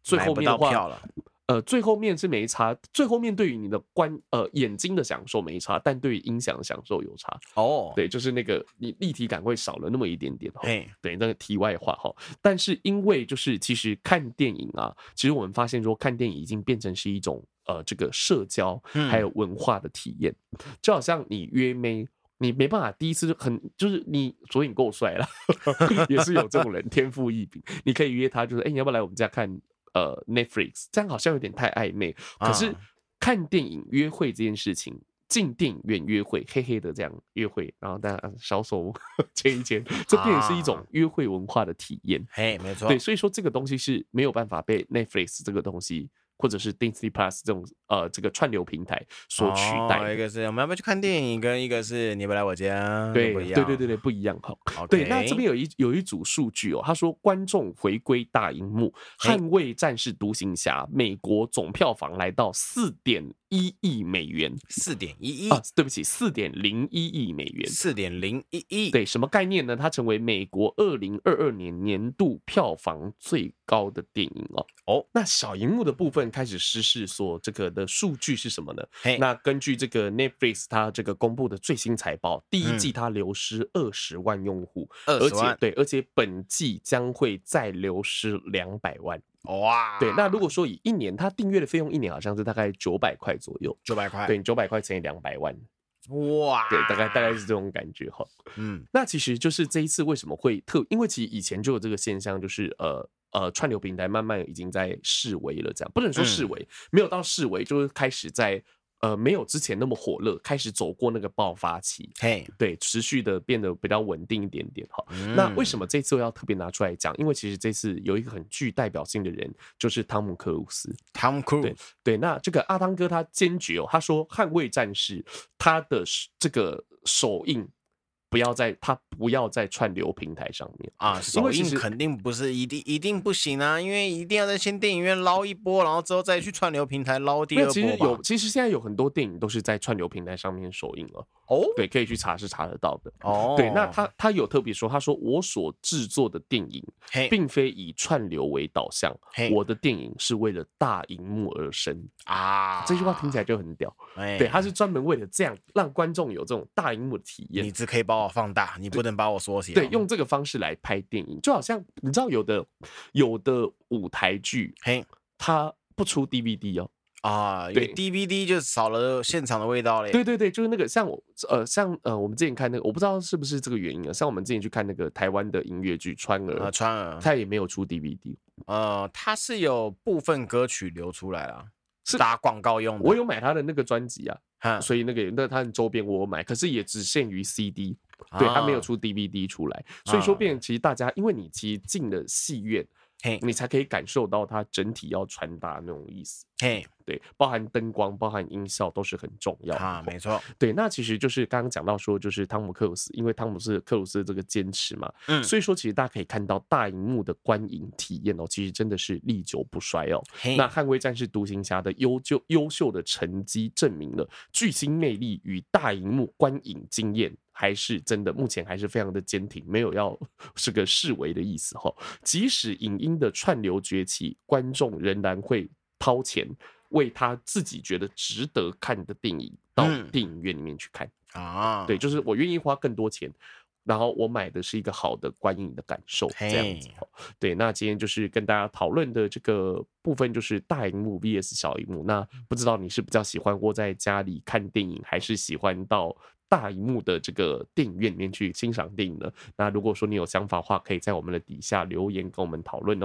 最后面的话， 买不到票了。 最后面是没差，最后面对于你的眼睛的享受没差，但对于音响的享受有差。 哦， 对，就是那个你立体感会少了那么一点点。 嘿， 对，那个题外话哈。但是因为就是其实看电影啊，其实我们发现说看电影已经变成是一种这个社交还有文化的体验，就好像你约妹。你没办法第一次就是你，所以你够帅了，也是有这种人天赋异禀。你可以约他，就是你要不要来我们家看Netflix？ 这样好像有点太暧昧。可是看电影约会这件事情，进电影院约会，黑黑的这样约会，然后大家小手牵一牵，这变成是一种约会文化的体验。 嘿，没错。 对，所以说这个东西是没有办法被 Netflix 这个东西。或者是 Disney Plus 这种这个串流平台所取代。 一个是我们要不要去看电影，跟一个是你要不要来我家， 对， 不一样。 对，不一样哈。对，那这边有一组数据哦，他说观众回归大荧幕，《捍卫战士独行侠》美国总票房来到4.1亿美元 ，4.1亿啊，对不起，4.01亿美元 ，4.01亿。 对，什么概念呢？它成为美国2022年年度票房最高的电影哦。那小荧幕的部分开始失势，说这个的数据是什么呢？那根据这个 Netflix 它这个公布的最新财报，第一季它流失20万用户 ，20万， 而且本季将会再流失200万。 哇， 对，那如果说以一年，它订阅的费用一年好像是大概900块左右 ，900块， 对，900块乘以200万。 哇， 对，大概是这种感觉哈。那其实就是这一次为什么会因为其实以前就有这个现象，就是串流平台慢慢已经在式微了，这样不能说式微，没有到式微，就是开始在没有之前那么火热，开始走过那个爆发期，对，持续的变得比较稳定一点点哈。那为什么这次要特别拿出来讲？因为其实这次有一个很具代表性的人，就是汤姆克鲁斯。对，那这个阿汤哥他坚决他说《捍卫战士》他的这个首映。不要在串流平台上面啊，首映肯定不是一定不行啊，因为一定要在先电影院捞一波，然后之后再去串流平台捞第二波吧。 其实现在有很多电影都是在串流平台上面首映了。对，可以去查是查得到的。对，那他有特别说，他说我所制作的电影并非以串流为导向，我的电影是为了大荧幕而生啊。这句话听起来就很屌。对，他是专门为了这样让观众有这种大荧幕的体验。 你只可以把我放大，你不能把我缩小。 对，用这个方式来拍电影，就好像你知道有的舞台剧，它不出 DVD 哦。 对 ，DVD 就少了现场的味道嘞。 对，就是那个像我们之前看那个，我不知道是不是这个原因啊。像我们之前去看那个台湾的音乐剧《川儿》，它也没有出 DVD。 它是有部分歌曲流出来了，是打广告用的。 我有买他的那个专辑啊，所以那他的周边我有买，可是也只限于 CD， 对，他没有出 DVD 出来，所以说变成其实大家，因为你其实进了戏院。你才可以感受到它整体要传达那种意思。对，包含灯光、包含音效都是很重要的。 没错。 对，那其实就是刚刚讲到说，就是汤姆克鲁斯，因为汤姆是克鲁斯的这个坚持嘛，所以说其实大家可以看到大荧幕的观影体验哦，其实真的是历久不衰哦。那捍卫战士独行侠的优秀的成绩证明了巨星魅力与大荧幕观影经验。还是真的，目前还是非常的坚挺，没有要是个示威的意思哈。即使影音的串流崛起，观众仍然会掏钱为他自己觉得值得看的电影到电影院里面去看啊。对，就是我愿意花更多钱，然后我买的是一个好的观影的感受，这样子。对，那今天就是跟大家讨论的这个部分，就是大荧幕 vs 小荧幕。那不知道你是比较喜欢窝在家里看电影，还是喜欢到大荧幕的这个电影院里面去欣赏电影呢？那如果说你有想法的话，可以在我们的底下留言跟我们讨论哦。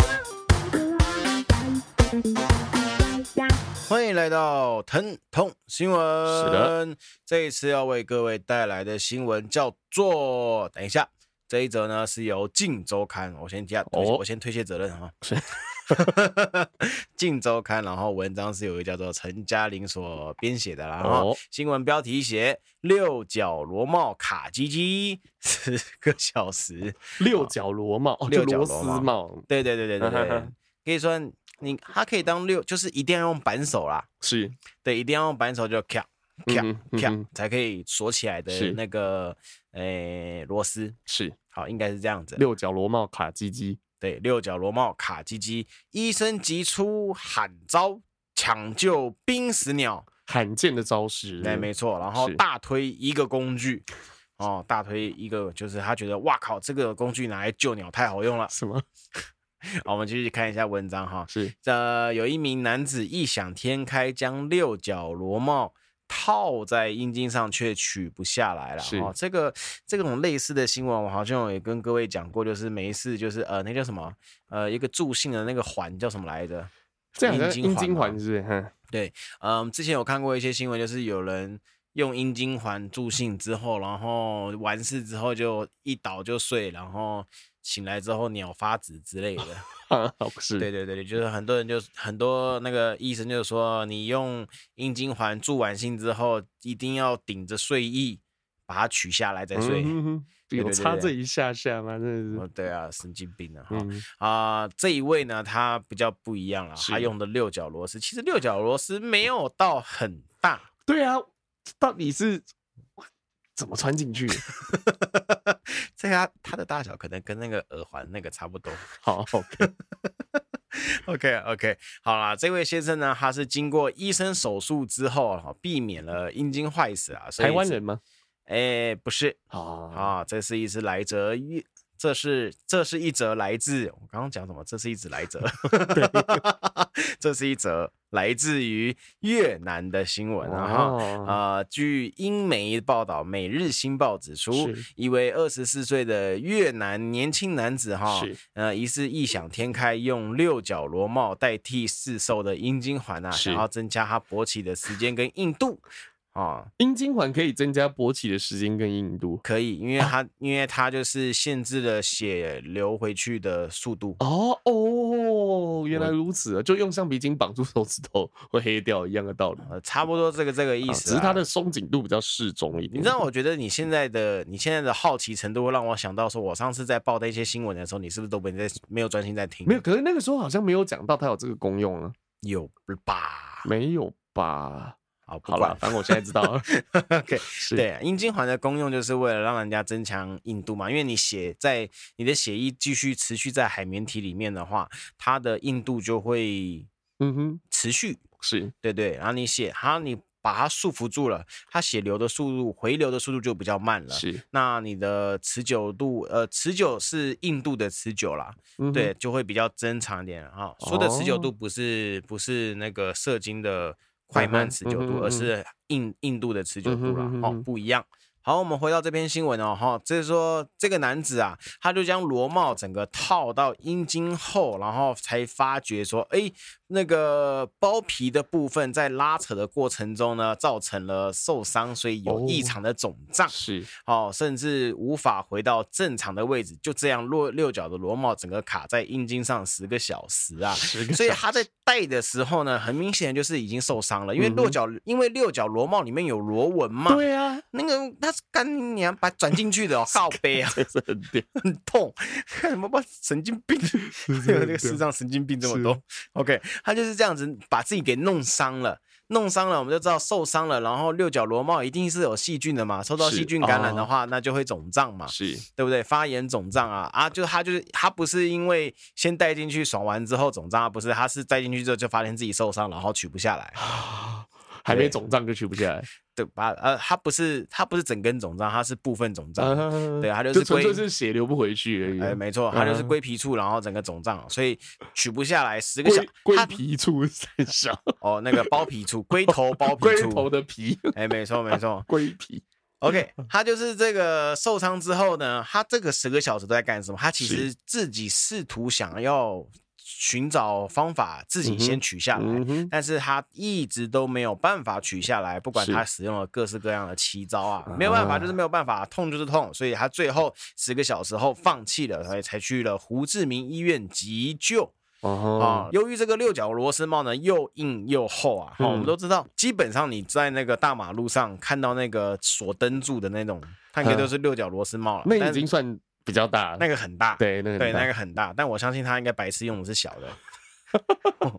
欢迎来到疼痛新闻。 是的， 这一次要为各位带来的新闻叫做，等一下，这一则呢是由《镜周刊》，我先推卸责任哈。 是。 镜周刊，然后文章是有一个叫做陈嘉玲所编写的啦。然后新闻标题写六角螺帽卡鸡鸡10个小时。 六角螺帽，就螺丝帽。 对，可以说它可以当就是一定要用扳手啦。 是， 对，一定要用扳手就咔才可以锁起来的那个螺丝。 是， 好，应该是这样子。 六角螺帽卡鸡鸡。 对，六角螺帽卡鸡鸡，医生急出喊招，抢救濒死鸟， 罕见的招式。 对，没错。然后大推一个工具，大推一个就是他觉得哇靠，这个工具拿来救鸟太好用了。 什么？ 好，我们继续看一下文章哈。 是， 有一名男子异想天开，将六角螺帽套在阴茎上，却取不下来了。这种类似的新闻，我好像也跟各位讲过，就是没事，就是那叫什么一个助兴的那个环叫什么来着？ 这样阴茎环是不是？ 对，之前有看过一些新闻，就是有人用阴茎环助兴之后，然后完事之后就一倒就睡，然后醒来之后鸟发紫之类的。 是， 对，就是很多那个医生就说，你用阴茎环助完兴之后，一定要顶着睡意把它取下来再睡。 有差这一下下吗？真的是。 对啊，神经病啊！这一位呢，他比较不一样了，他用的六角螺丝，其实六角螺丝没有到很大。 对啊，到底是怎么穿进去？ 这个它的大小可能跟那个耳环那个差不多。 好 ，OK， 好啦，这位先生呢，他是经过医生手术之后，避免了阴茎坏死啊。 台湾人吗？ 不是这是一则来自这是一则来自我刚刚讲什么？这是一则来自对，这是一则来自于越南的新闻据英媒报道，《每日新报》指出，一位24岁的越南年轻男子疑似异想天开，用六角螺帽代替市售的阴茎环想要增加他勃起的时间跟硬度。 阴茎环可以增加勃起的时间跟硬度， 可以，因为它就是限制了血流回去的速度。 原来如此，就用橡皮筋绑住手指头会黑掉一样的道理。 差不多这个意思， 只是它的松紧度比较适中一点。 你知道，我觉得你现在的好奇程度会让我想到说，我上次在报那些新闻的时候，你是不是都没有专心在听？ 没有，可是那个时候好像没有讲到它有这个功用啊。 有吧？ 没有吧？ 好了， 反正我现在知道了。 OK， 对，阴茎环的功用就是为了让人家增强硬度嘛，因为你的血液继续持续在海绵体里面的话，它的硬度就会持续。 是， 对，然后你把它束缚住了，它血流的速度、回流的速度就比较慢了。 是， 那你的持久度，持久是硬度的持久啦，对，就会比较增长一点说的持久度不是那个射精的快慢持久度，而是硬度的持久度啦，不一样。好，我们回到这篇新闻这是说这个男子啊，他就将螺帽整个套到阴茎后，然后才发觉说，那个包皮的部分在拉扯的过程中呢，造成了受伤，所以有异常的肿胀， 是甚至无法回到正常的位置，就这样六角的螺帽整个卡在阴茎上10个小时啊，所以他在戴的时候呢，很明显就是已经受伤了，因为六角螺帽里面有螺纹嘛， 对啊， 那个他是干你把转进去的靠背啊，很痛，看什么神经病，那个世上神经病这么多 ，OK。他就是这样子把自己给弄伤了，我们就知道受伤了，然后六角螺帽一定是有细菌的嘛，受到细菌感染的话，那就会肿胀嘛， 是， 对不对？发炎肿胀他不是因为先带进去爽完之后肿胀，不是，他是带进去之后就发现自己受伤，然后取不下来， 还没肿胀就取不下来。 对吧？它不是整根肿胀，它是部分肿胀。对，它就是纯粹是血流不回去而已。 没错，它就是龟皮处，然后整个肿胀，所以取不下来10个小时。 龟皮处很小那个包皮处，龟头包皮处， 龟头的皮。 没错， 龟皮。 OK， 他就是这个受伤之后呢，他这个10个小时都在干什么？他其实自己试图想要寻找方法自己先取下来，但是他一直都没有办法取下来，不管他使用了各式各样的奇招啊，没有办法，就是没有办法，痛就是痛，所以他最后10个小时后放弃了，所以才去了胡志明医院急救。由于这个六角螺丝帽呢又硬又厚啊，我们都知道，基本上你在那个大马路上看到那个锁灯柱的那种，它应该都是六角螺丝帽了， 那已经算比较大了， 那个很大， 对，那个很大， 但我相信他应该白痴用的是小的。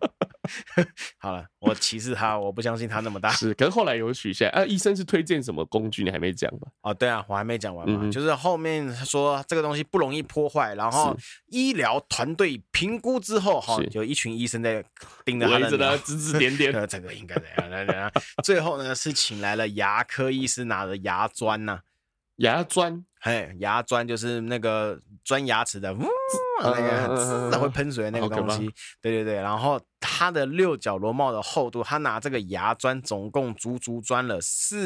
好了，我歧视他，我不相信他那么大。 是，可是后来有许下医生是推荐什么工具？你还没讲吧？ 哦，对啊，我还没讲完嘛，就是后面说这个东西不容易破坏，然后医疗团队评估之后，有一群医生在盯着他的鸟， 指指点点， 这个应该怎样？最后呢是请来了牙科医师拿着牙钻呐， 牙钻， 牙钻就是那个钻牙齿的，那个会喷水的那个东西，对，然后他的六角螺帽的厚度，他拿这个牙钻总共足钻了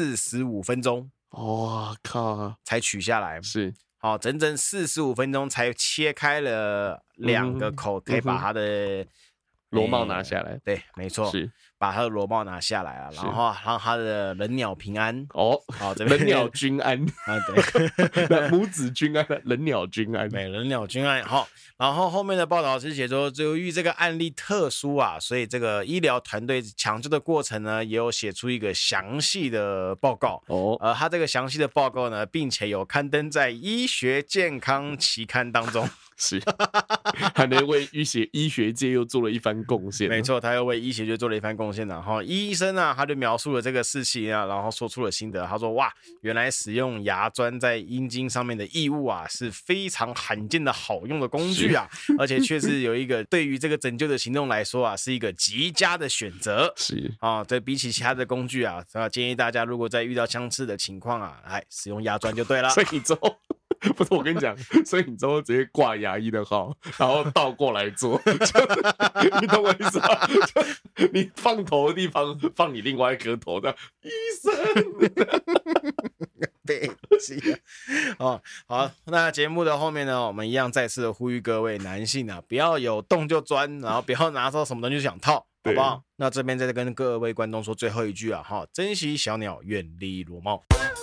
45分钟， 哇靠， 才取下来， 是， 好，整整45分钟才切开了2个口，可以把他的螺帽拿下来， 对，没错， 是把他的螺帽拿下来了，然后让他的人鸟平安。 哦，好，人鸟均安啊，对， 母子均安，人鸟均安， 对，人鸟均安。好，然后后面的报道是写说，由于这个案例特殊啊，所以这个医疗团队抢救的过程呢，也有写出一个详细的报告。哦，他这个详细的报告呢，并且有刊登在医学健康期刊当中。 是，还能为医学界又做了一番贡献。 没错，他又为医学界做了一番贡献。然后医生啊，他就描述了这个事情啊，然后说出了心得。他说：“哇，原来使用牙钻在阴茎上面的异物啊，是非常罕见的好用的工具啊，而且确实有一个对于这个拯救的行动来说啊，是一个极佳的选择。是啊，这比起其他的工具啊，建议大家如果在遇到相似的情况啊，使用牙钻就对了。 所以你之后。”不是我跟你讲，所以你之后直接挂牙医的号，然后倒过来做，你懂我意思吗？你放头的地方放你另外一颗头的医生， 对，哦，好，那节目的后面呢，我们一样再次的呼吁各位男性啊，不要有动就钻，然后不要拿到什么东西就想套，好不好？那这边再跟各位观众说最后一句啊，珍惜小鸟，远离螺帽。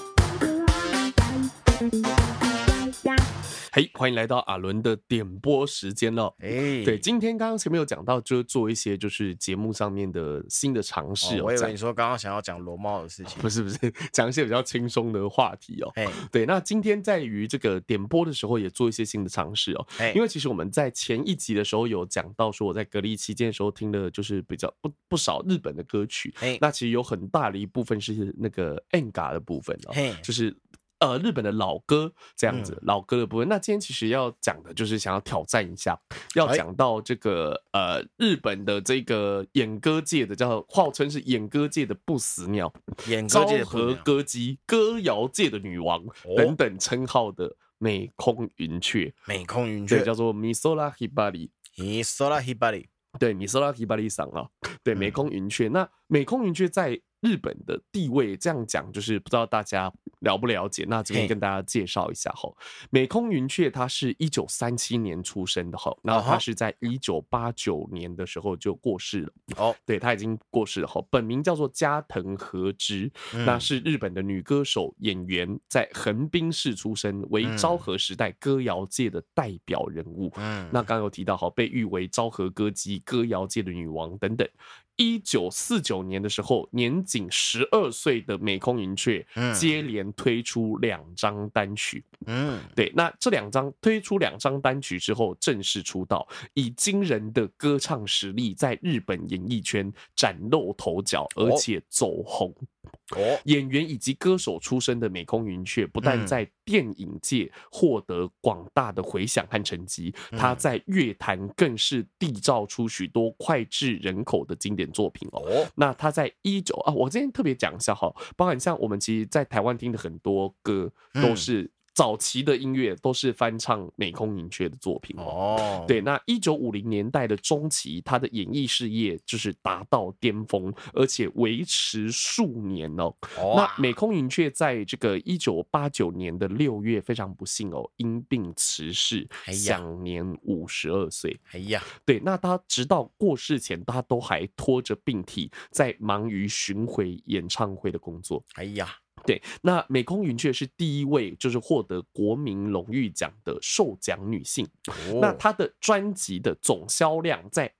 嘿，欢迎来到阿伦的点播时间了。对，今天刚刚前面有讲到，就是做一些就是节目上面的新的尝试。 我以为你说刚刚想要讲螺帽的事情， 不是，讲一些比较轻松的话题哦。对，那今天在于这个点播的时候，也做一些新的尝试哦。因为其实我们在前一集的时候有讲到说，我在隔离期间的时候听的就是比较不少日本的歌曲。那其实有很大的一部分是那个 Enga 的部分哦，就是。日本的老歌这样子，老歌的部分。那今天其实要讲的就是想要挑战一下，要讲到这个日本的这个演歌界的号称是演歌界的不死鸟，昭和歌姬、歌谣界的女王等等称号的美空云雀。 美空云雀对，叫做 Misora Hibari。Misora Hibari。 对，Misora Hibari 桑啊，对，美空云雀。那美空云雀在日本的地位，这样讲就是不知道大家了不了解。那这边跟大家介绍一下哈，美空云雀他是1937年出生的哈，那他是在1989年的时候就过世了。哦，对，他已经过世了哈。本名叫做加藤和之，那是日本的女歌手、演员，在横滨市出生，为昭和时代歌谣界的代表人物。那刚刚有提到哈，被誉为昭和歌姬、歌谣界的女王等等。1949年的时候，年仅12岁的美空云雀接连推出2张单曲。对，那这推出2张单曲之后正式出道，以惊人的歌唱实力在日本演艺圈崭露头角，而且走红。演员以及歌手出身的美空云雀，不但在电影界获得广大的回响和成绩，他在乐坛更是缔造出许多脍炙人口的经典作品哦。那他在我今天特别讲一下哈，包含像我们其实在台湾听的很多歌都是。早期的音乐都是翻唱美空云雀的作品哦。对，那1950年代的中期，他的演艺事业就是达到巅峰，而且维持数年哦。那美空云雀在这个1989年的6月，非常不幸哦，因病辞世，享年52岁。对，那他直到过世前，他都还拖着病体，在忙于巡回演唱会的工作。对，那美空云雀是第一位就是获得国民荣誉奖的受奖女性。那她的专辑的总销量在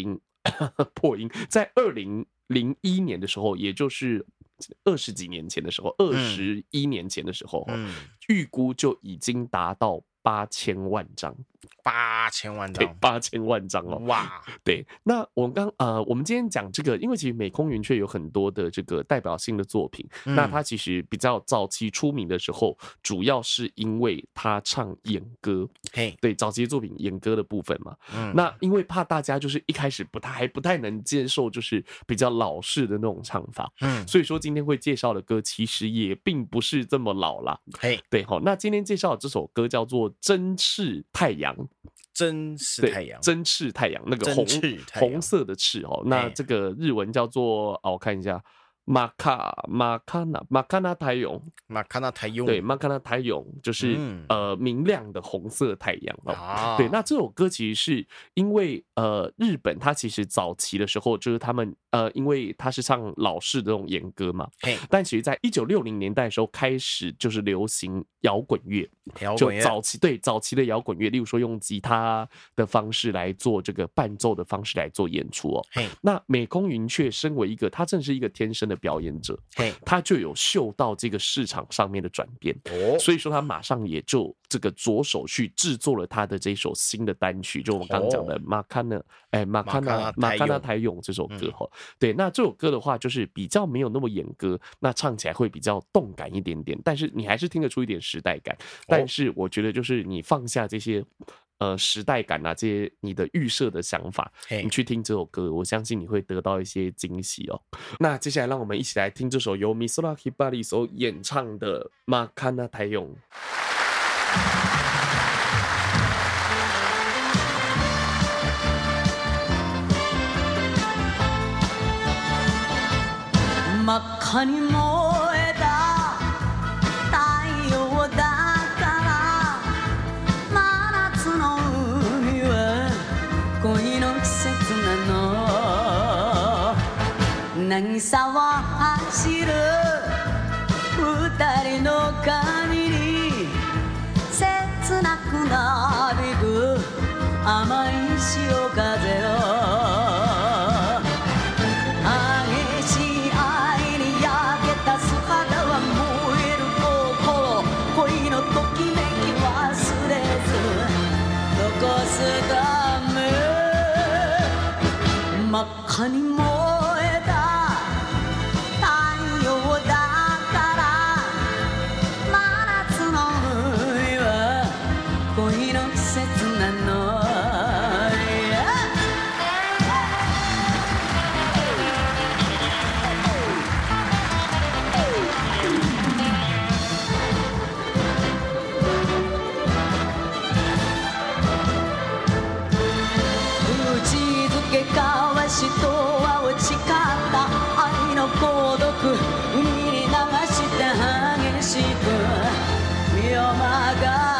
在2001年的时候，也就是20几年前的时候，21年前的时候，预估就已经达到8000万张。 8000万张， 对，8000万张哦， 哇， 对。那我们今天讲这个，因为其实美空云雀有很多的这个代表性的作品，那他其实比较早期出名的时候，主要是因为他唱演歌，对，早期作品演歌的部分嘛，那因为怕大家就是一开始还不太能接受，就是比较老式的那种唱法，所以说今天会介绍的歌其实也并不是这么老啦，对，好，那今天介绍的这首歌叫做《针刺太阳》。 针刺太阳， 针刺太阳，那个红色的刺哦，那这个日文叫做我看一下。马卡纳太阳，对，马卡纳太阳就是明亮的红色太阳哦。对，那这首歌其实是因为日本它其实早期的时候就是他们因为它是唱老式的那种演歌嘛，但其实在1960年代的时候开始就是流行摇滚乐，就早期的摇滚乐，例如说用吉他的方式来做这个伴奏的方式来做演出哦。那美空云雀身为一个，他正是一个天生的表演者，他就有嗅到这个市场上面的转变，所以说他马上也就这个着手去制作了他的这首新的单曲，就我们刚刚讲的马卡纳太勇这首歌哈。对，那这首歌的话就是比较没有那么演歌，那唱起来会比较动感一点点，但是你还是听得出一点时代感。但是我觉得就是你放下这些时代感啊，这些你的预设的想法，你去听这首歌，我相信你会得到一些惊喜哦。那接下来让我们一起来听这首由 Misora Hibari 所演唱的《马卡纳太勇》。 真っ赤に燃えた太陽だから真夏の海は恋の季節なの渚は走る二人の髪に切なくなびく甘い潮風よ真っ赤に燃えた太陽だから真夏の海は恋の季節なのとは落ちかった愛の孤独海に流して激しく身を任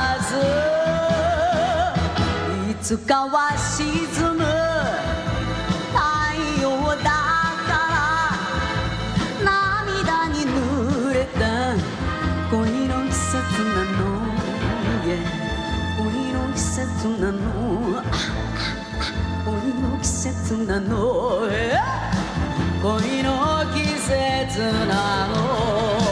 ずいつかは沈む太陽だから涙に濡れた恋の季節なの、恋の季節なの恋の季節なの恋の季節なの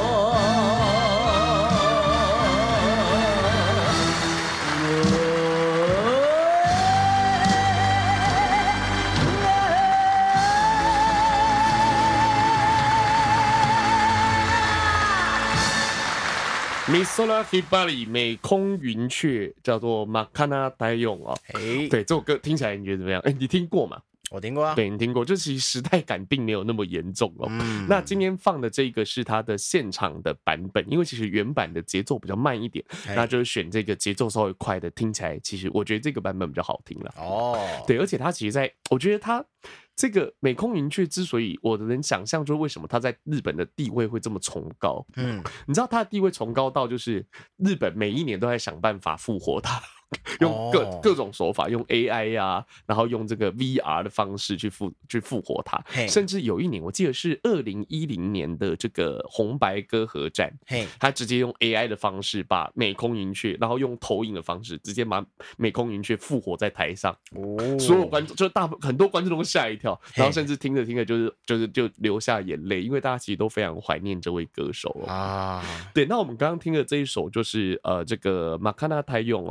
Misora Hibari 美空云雀叫做马卡纳太勇哦，对，这首歌听起来你觉得怎么样？你听过吗？ 我听过啊， 对，你听过，就其实时代感并没有那么严重哦。那今天放的这个是它的现场的版本，因为其实原版的节奏比较慢一点，那就是选这个节奏稍微快的，听起来其实我觉得这个版本比较好听了。哦，对，而且它其实我觉得它这个美空云雀之所以我能想象，就是为什么它在日本的地位会这么崇高。你知道它的地位崇高到就是日本每一年都在想办法复活它。用各种手法，用 AI 啊，然后用这个 VR 的方式去复活它。甚至有一年，我记得是2010年的这个红白歌合战，他直接用 AI 的方式把美空云雀，然后用投影的方式直接把美空云雀复活在台上。所有观众就很多观众都吓一跳，然后甚至听着听着就流下眼泪，因为大家其实都非常怀念这位歌手啊。对，那我们刚刚听的这一首就是这个马卡纳太勇哦，是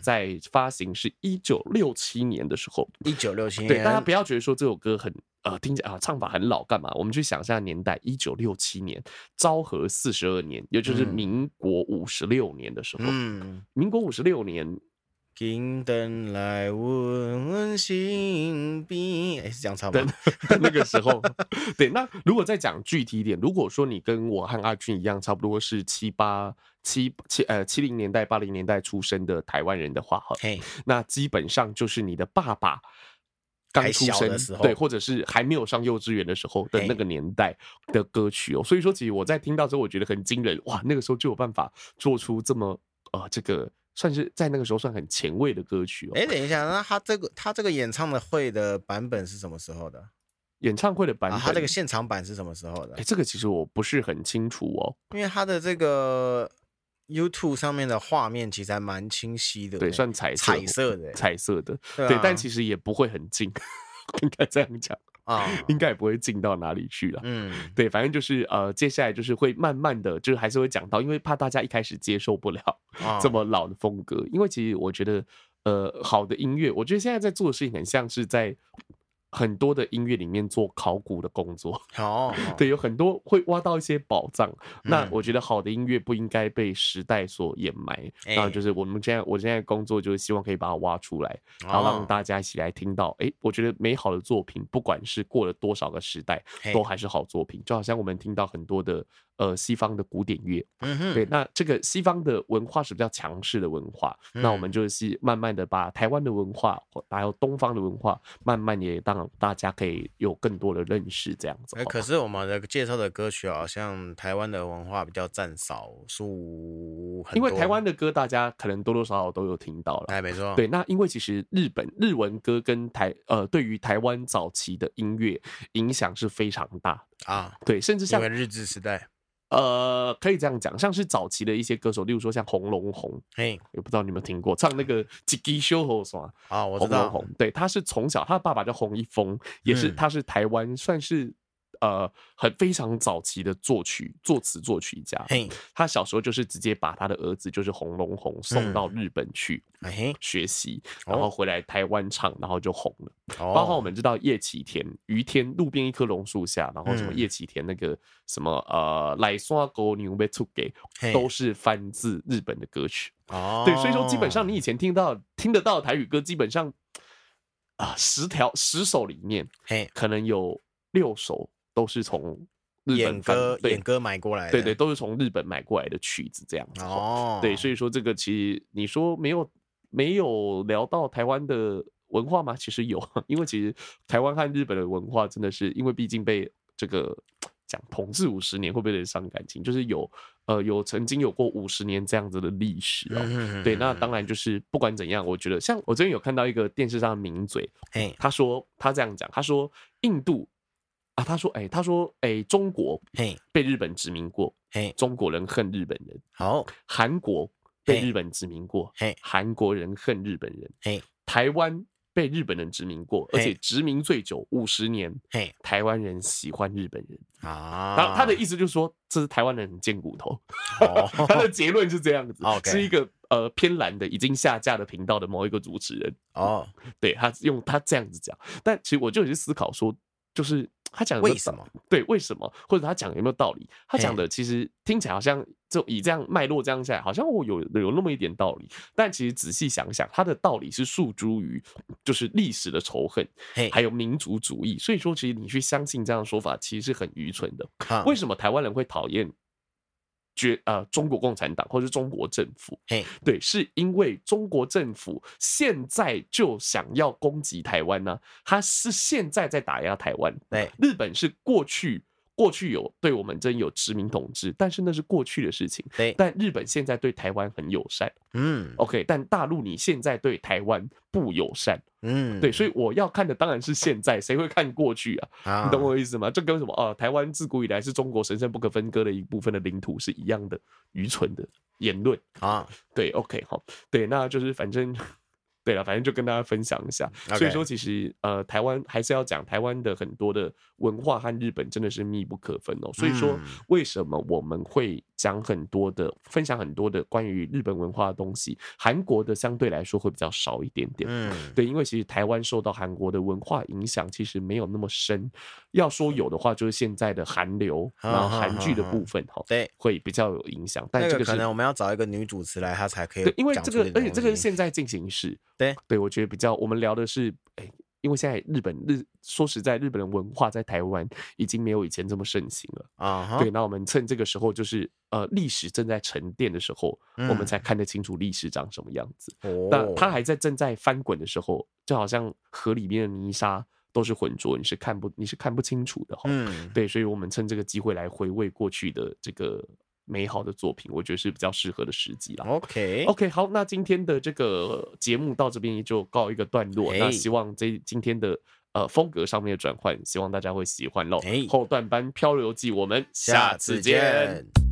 在发行是1967年的时候 ，1967年， 对，大家不要觉得说这首歌很听起来唱法很老干嘛？我们去想一下年代，1967年，昭和42年，也就是民国56年的时候，民国56年。 金灯来问问心边，是这样唱吗？ 那个时候，对。那如果再讲具体一点，如果说你跟我和阿俊一样，差不多是70年代、80年代出生的台湾人的话，那基本上就是你的爸爸刚出生的时候，对，或者是还没有上幼稚园的时候的那个年代的歌曲哦。所以说，其实我在听到之后，我觉得很惊人，哇，那个时候就有办法做出这么这个。算是在那个时候算很前卫的歌曲哦。 等一下，那他这个演唱的会的版本是什么时候的？ 演唱会的版本， 他这个现场版是什么时候的？ 这个其实我不是很清楚哦， 因为他的这个 YouTube 上面的画面其实还蛮清晰的， 对，算彩色的，对，但其实也不会很近，应该这样讲。应该也不会近到哪里去了。对，反正就是接下来就是会慢慢的，就是还是会讲到，因为怕大家一开始接受不了这么老的风格，因为其实我觉得好的音乐，我觉得现在在做的事情很像是在很多的音乐里面做考古的工作。对，有很多会挖到一些宝藏。那我觉得好的音乐不应该被时代所掩埋。然后就是我现在工作就是希望可以把它挖出来，然后让大家一起来听到。我觉得美好的作品，不管是过了多少个时代，都还是好作品。就好像我们听到很多的西方的古典乐，对，那这个西方的文化是比较强势的文化，那我们就是慢慢的把台湾的文化，还有东方的文化，慢慢也让大家可以有更多的认识，这样子。 可是我们的介绍的歌曲好像台湾的文化比较占少数很多， 因为台湾的歌大家可能多多少少都有听到了， 没错。 对，那因为其实日文歌跟对于台湾早期的音乐影响是非常大的对，甚至像因为日治时代。 可以这样讲，像是早期的一些歌手，例如说像洪龙宏，也不知道你有没有听过，唱那个《一支小雨伞》 我知道。 对，他是从小，他的爸爸叫洪一峰，他是台湾算是非常早期的作词作曲家。他小时候就是直接把他的儿子就是洪龙宏送到日本去学习，然后回来台湾唱，然后就红了。包括我们知道叶启田、于天，路边一棵榕树下，然后什么叶启田那个什么来山沟牛被出给，都是翻自日本的歌曲。对，所以说基本上你以前听得到的台语歌，基本上10首里面，可能有6首。都是从日本演歌买过来的， 对，都是从日本买过来的曲子这样子。对，所以说这个其实你说没有聊到台湾的文化吗？其实有，因为其实台湾和日本的文化真的是，因为毕竟被这个讲统治50年，会不会有点伤感情？就是有曾经有过50年这样子的历史对，那当然就是不管怎样，我觉得像我最近有看到一个电视上的名嘴，他这样讲，他说印度。他说，中国被日本殖民过，中国人恨日本人。韩国被日本殖民过，韩国人恨日本人。台湾被日本人殖民过，而且殖民最久50年，台湾人喜欢日本人然后他的意思就是说，这是台湾人很贱骨头。他的结论是这样子，是一个偏蓝的已经下架的频道的某一个主持人。对，他用他这样子讲，但其实我就有去思考说，就是他讲的为什么？ 对，为什么？或者他讲有没有道理？他讲的其实听起来好像就以这样脉络这样下来，好像有那么一点道理。但其实仔细想想，他的道理是诉诸于就是历史的仇恨，还有民族主义。所以说，其实你去相信这样的说法，其实是很愚蠢的。为什么台湾人会讨厌中国共产党或是中国政府？对，是因为中国政府现在就想要攻击台湾呢，他是现在在打压台湾。 对， 日本是过去有对我们真有殖民统治，但是那是过去的事情。 对， 但日本现在对台湾很友善。OK， 但大陆你现在对台湾不友善。对，所以我要看的当然是现在，谁会看过去啊？你懂我意思吗？这跟什么台湾自古以来是中国神圣不可分割的一部分的领土是一样的愚蠢的言论对 ，OK， 好，对，那就是反正。对了，反正就跟大家分享一下。所以说，其实台湾还是要讲台湾的很多的文化和日本真的是密不可分哦。所以说，为什么我们会分享很多的关于日本文化的东西，韩国的相对来说会比较少一点点。对，因为其实台湾受到韩国的文化影响其实没有那么深，要说有的话就是现在的韩流，然后韩剧的部分对， 会比较有影响。但这个可能我们要找一个女主持来，她才可以。 对，因为这个，而且这个是现在进行式。对，我觉得比较我们聊的是，因为现在说实在，日本的文化在台湾已经没有以前这么盛行了啊。对，那我们趁这个时候，就是历史正在沉淀的时候，我们才看得清楚历史长什么样子。那它还在正在翻滚的时候，就好像河里面的泥沙都是浑浊，你是看不清楚的。对，所以我们趁这个机会来回味过去的这个美好的作品，我觉得是比较适合的时机啦。OK， 好，那今天的这个节目到这边也就告一个段落。那希望今天的风格上面的转换，希望大家会喜欢咯。后段班漂流记，我们下次见。